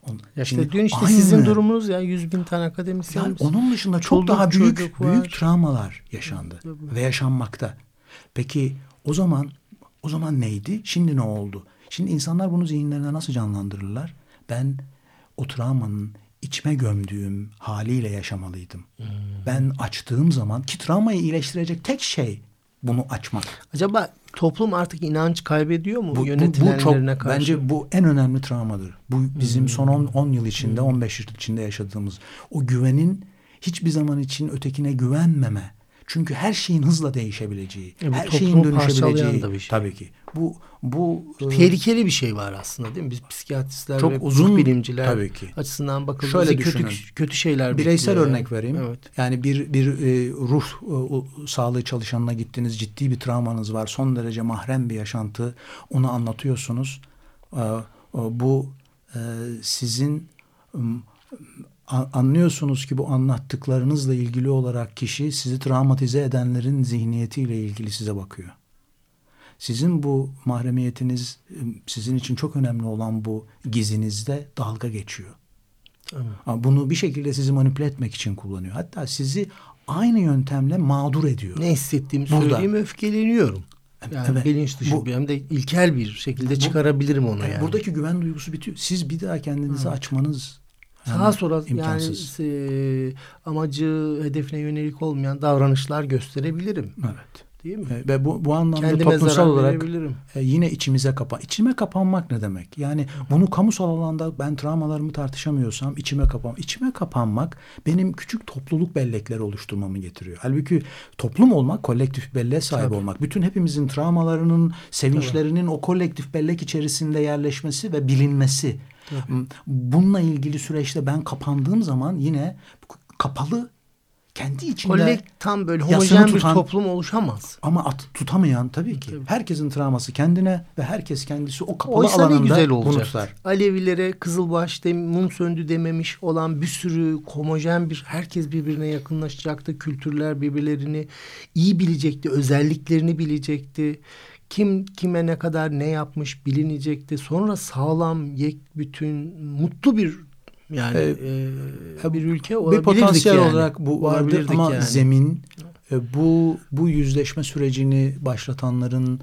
On, Ya işte şimdi dün işte aynı, sizin durumunuz ya yüz bin tane akademisyen. Yani onun dışında çok Çoluk daha büyük çocuk büyük var. travmalar yaşandı ve yaşanmakta. Peki o zaman o zaman neydi? Şimdi ne oldu? Şimdi insanlar bunu zihinlerine nasıl canlandırırlar? Ben o travmanın içime gömdüğüm haliyle yaşamalıydım. Hmm. Ben açtığım zaman, ki travmayı iyileştirecek tek şey bunu açmak. Acaba toplum artık inanç kaybediyor mu bu, yönetilenlerine bu çok, karşı? Bence bu en önemli travmadır. Bu bizim hmm. son on yıl içinde, hmm. on beş yıl içinde yaşadığımız o güvenin hiçbir zaman için ötekine güvenmeme. Çünkü her şeyin hızla değişebileceği, e her şeyin dönüşebileceği da bir şey. Tabii ki. Bu bu tehlikeli bir şey var aslında, değil mi? Biz psikiyatristler çok ve uzun bilimciler tabii ki. açısından bakıldığında kötü kötü şeyler. Bireysel örnek yani. vereyim. Evet. Yani bir bir e, ruh e, sağlığı çalışanına gittiniz, ciddi bir travmanız var, son derece mahrem bir yaşantı, onu anlatıyorsunuz. E, e, bu e, sizin e, anlıyorsunuz ki bu anlattıklarınızla ilgili olarak kişi sizi travmatize edenlerin zihniyetiyle ilgili size bakıyor. Sizin bu mahremiyetiniz, sizin için çok önemli olan bu gizinizde dalga geçiyor. Evet. Bunu bir şekilde sizi manipüle etmek için kullanıyor. Hatta sizi aynı yöntemle mağdur ediyor. Ne hissettiğimi Burada. söyleyeyim, öfkeleniyorum. Yani evet. bilinç dışı bu, bir hem de ilkel bir şekilde bu, çıkarabilirim onu yani. Buradaki güven duygusu bitiyor. Siz bir daha kendinizi evet. açmanız yani sağa sola imkansız. Yani e, amacı hedefine yönelik olmayan davranışlar gösterebilirim. Evet. Değil mi? E, ve bu bu anlamda kendime toplumsal olarak e, yine içimize kapan. İçime kapanmak ne demek? Yani bunu kamusal alanda ben travmalarımı tartışamıyorsam içime kapan. İçime kapanmak benim küçük topluluk bellekleri oluşturmamı getiriyor. Halbuki toplum olmak, kolektif belleğe sahip Tabii. olmak. Bütün hepimizin travmalarının, sevinçlerinin Tabii. o kolektif bellek içerisinde yerleşmesi ve bilinmesi. Tabii. Bununla ilgili süreçte ben kapandığım zaman yine kapalı, kendi içinde Kolek tam böyle homojen bir toplum oluşamaz. Ama at, tutamayan tabii ki. Tabii. Herkesin travması kendine ve herkes kendisi o kapalı Oysa alanında güzel olacak. bunu tutar. Alevilere kızılbaş dem, mum söndü dememiş olan bir sürü homojen bir, herkes birbirine yakınlaşacaktı. Kültürler birbirlerini iyi bilecekti. Özelliklerini bilecekti. Kim kime ne kadar ne yapmış bilinecekti. Sonra sağlam, yekbütün, mutlu bir yani ee, e, bir ülke olabilirdik. Bir potansiyel yani. olarak bu vardı ama yani. zemin e, bu bu yüzleşme sürecini başlatanların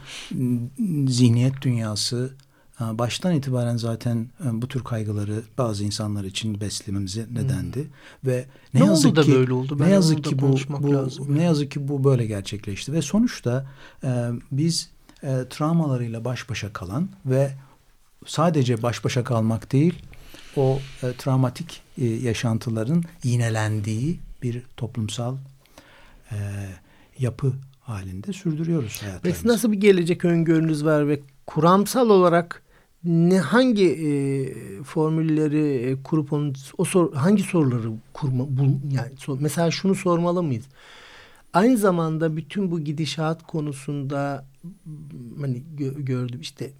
zihniyet dünyası e, baştan itibaren zaten e, bu tür kaygıları bazı insanlar için beslememize nedendi hmm. ve ne, ne yazık oldu ki da böyle oldu? Ben ne yazık ki bu, bu lazım. ne yazık ki bu böyle gerçekleşti ve sonuçta e, biz e, travmalarıyla baş başa kalan ve sadece baş başa kalmak değil, o e, travmatik e, yaşantıların yinelendiği bir toplumsal e, yapı halinde sürdürüyoruz hayatlarımızı. Peki nasıl bir gelecek öngörünüz var ve kuramsal olarak ne hangi e, formülleri e, kurup onu, o sor, hangi soruları kurma bul, yani sor, mesela şunu sormalı mıyız? Aynı zamanda bütün bu gidişat konusunda hani gö, gördüm işte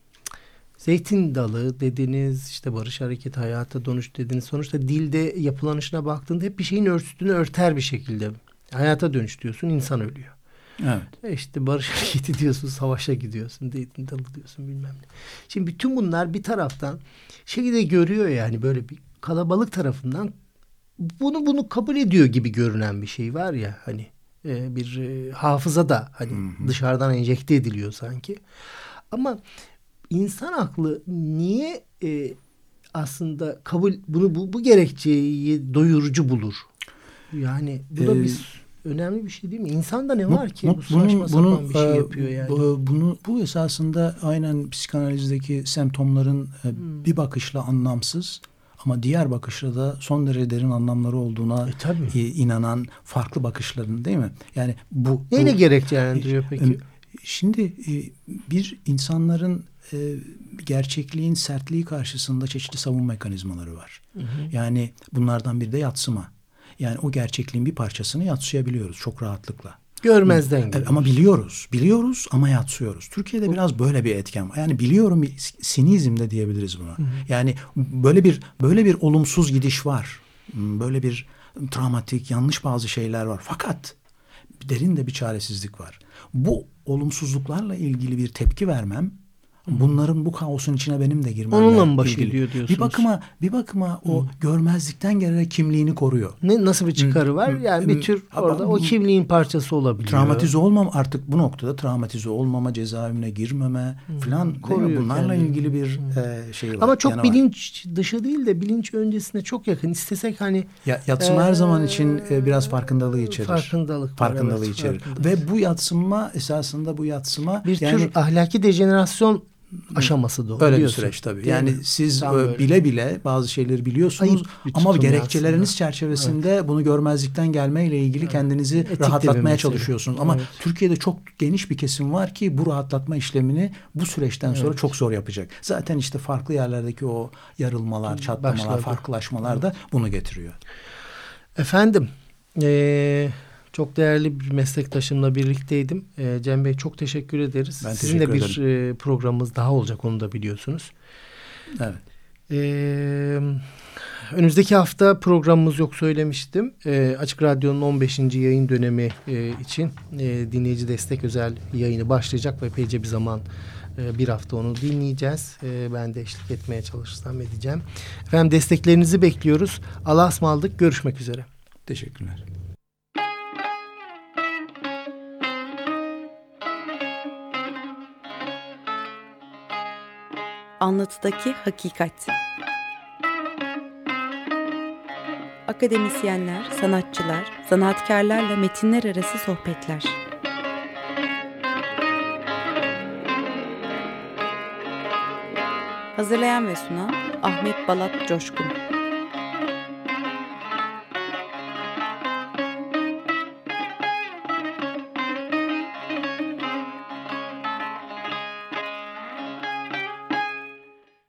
Zeytin Dalı dediniz, işte Barış Hareketi, Hayata Dönüş dediniz. Sonuçta dilde yapılanışına baktığında hep bir şeyin üstünü örter bir şekilde. Hayata dönüş diyorsun, insan ölüyor. Evet. E işte Barış Hareketi diyorsun, savaşa gidiyorsun, Zeytin Dalı diyorsun, bilmem ne. Şimdi bütün bunlar bir taraftan şekilde görüyor yani böyle bir kalabalık tarafından bunu bunu kabul ediyor gibi görünen bir şey var ya hani e, bir e, hafıza da hani Hı-hı. dışarıdan enjekte ediliyor sanki. Ama İnsan aklı niye e, aslında kabul bunu bu, bu gerekçeyi doyurucu bulur? Yani bu da ee, bir önemli bir şey değil mi? İnsanda ne var ki bu, bu saçma bunun, sapan bir şey yapıyor yani? Bu, bunu bu esasında aynen psikanalizdeki semptomların hmm. bir bakışla anlamsız ama diğer bakışla da son derece derin anlamları olduğuna e, inanan farklı bakışların, değil mi? Yani bu neyle bu, gerekçelendiriyor peki? Şimdi bir insanların e, gerçekliğin sertliği karşısında çeşitli savunma mekanizmaları var. Hı hı. Yani bunlardan biri de yadsıma. Yani o gerçekliğin bir parçasını yadsıyabiliyoruz çok rahatlıkla. Görmezden geliyoruz. Evet, ama biliyoruz. Biliyoruz ama yatsıyoruz. Türkiye'de o, biraz böyle bir etken var. Yani biliyorum, sinizm de diyebiliriz buna. Hı hı. Yani böyle bir böyle bir olumsuz gidiş var. Böyle bir travmatik, yanlış bazı şeyler var. Fakat derin de bir çaresizlik var. Bu olumsuzluklarla ilgili bir tepki vermem Bunların bu kaosun içine benim de girmem. Onunla mı baş ediyor diyorsunuz? Bir bakıma bir bakıma o hmm. görmezlikten gelerek kimliğini koruyor. Ne nasıl bir çıkarı var? Yani bir tür orada o kimliğin parçası olabiliyor. Travmatize olmam artık bu noktada travmatize olmama, cezaevine girmeme hmm. falan koruyor. Bunlarla yani ilgili bir e, şey var. Ama çok bilinç var. Dışı değil de bilinç öncesine çok yakın. İstesek hani ya, yatsıma e, her zaman için e, biraz farkındalığı içerir. Farkındalık. Farkındalığı evet, içerir. Farkındalık. Ve bu yatsıma esasında bu yatsıma bir yani, tür ahlaki dejenerasyon aşaması da o. Öyle bir süreç tabii. Yani mi? Siz Tam bile bile bazı şeyleri biliyorsunuz ama gerekçeleriniz aslında. çerçevesinde evet. bunu görmezlikten gelmeyle ilgili evet. kendinizi Etik rahatlatmaya çalışıyorsunuz. Ama evet. Türkiye'de çok geniş bir kesim var ki bu rahatlatma işlemini bu süreçten sonra evet. çok zor yapacak. Zaten işte farklı yerlerdeki o yarılmalar, çatlamalar, Başladı. farklılaşmalar da bunu getiriyor. Efendim, eee çok değerli bir meslektaşımla birlikteydim. E, Cem Bey çok teşekkür ederiz. Ben Sizin teşekkür de bir e, programımız daha olacak, onu da biliyorsunuz. Evet. E, önümüzdeki hafta programımız yok söylemiştim. E, Açık Radyo'nun on beşinci yayın dönemi e, için e, dinleyici destek özel yayını başlayacak ve epeyce bir zaman e, bir hafta onu dinleyeceğiz. E, ben de eşlik etmeye çalışsam edeceğim. Efendim desteklerinizi bekliyoruz. Allah'a ısmarladık. Görüşmek üzere. Teşekkürler. Anlatıdaki hakikat. Akademisyenler, sanatçılar, sanatkarlarla metinler arası sohbetler. Hazırlayan ve sunan Ahmet Balat Coşkun.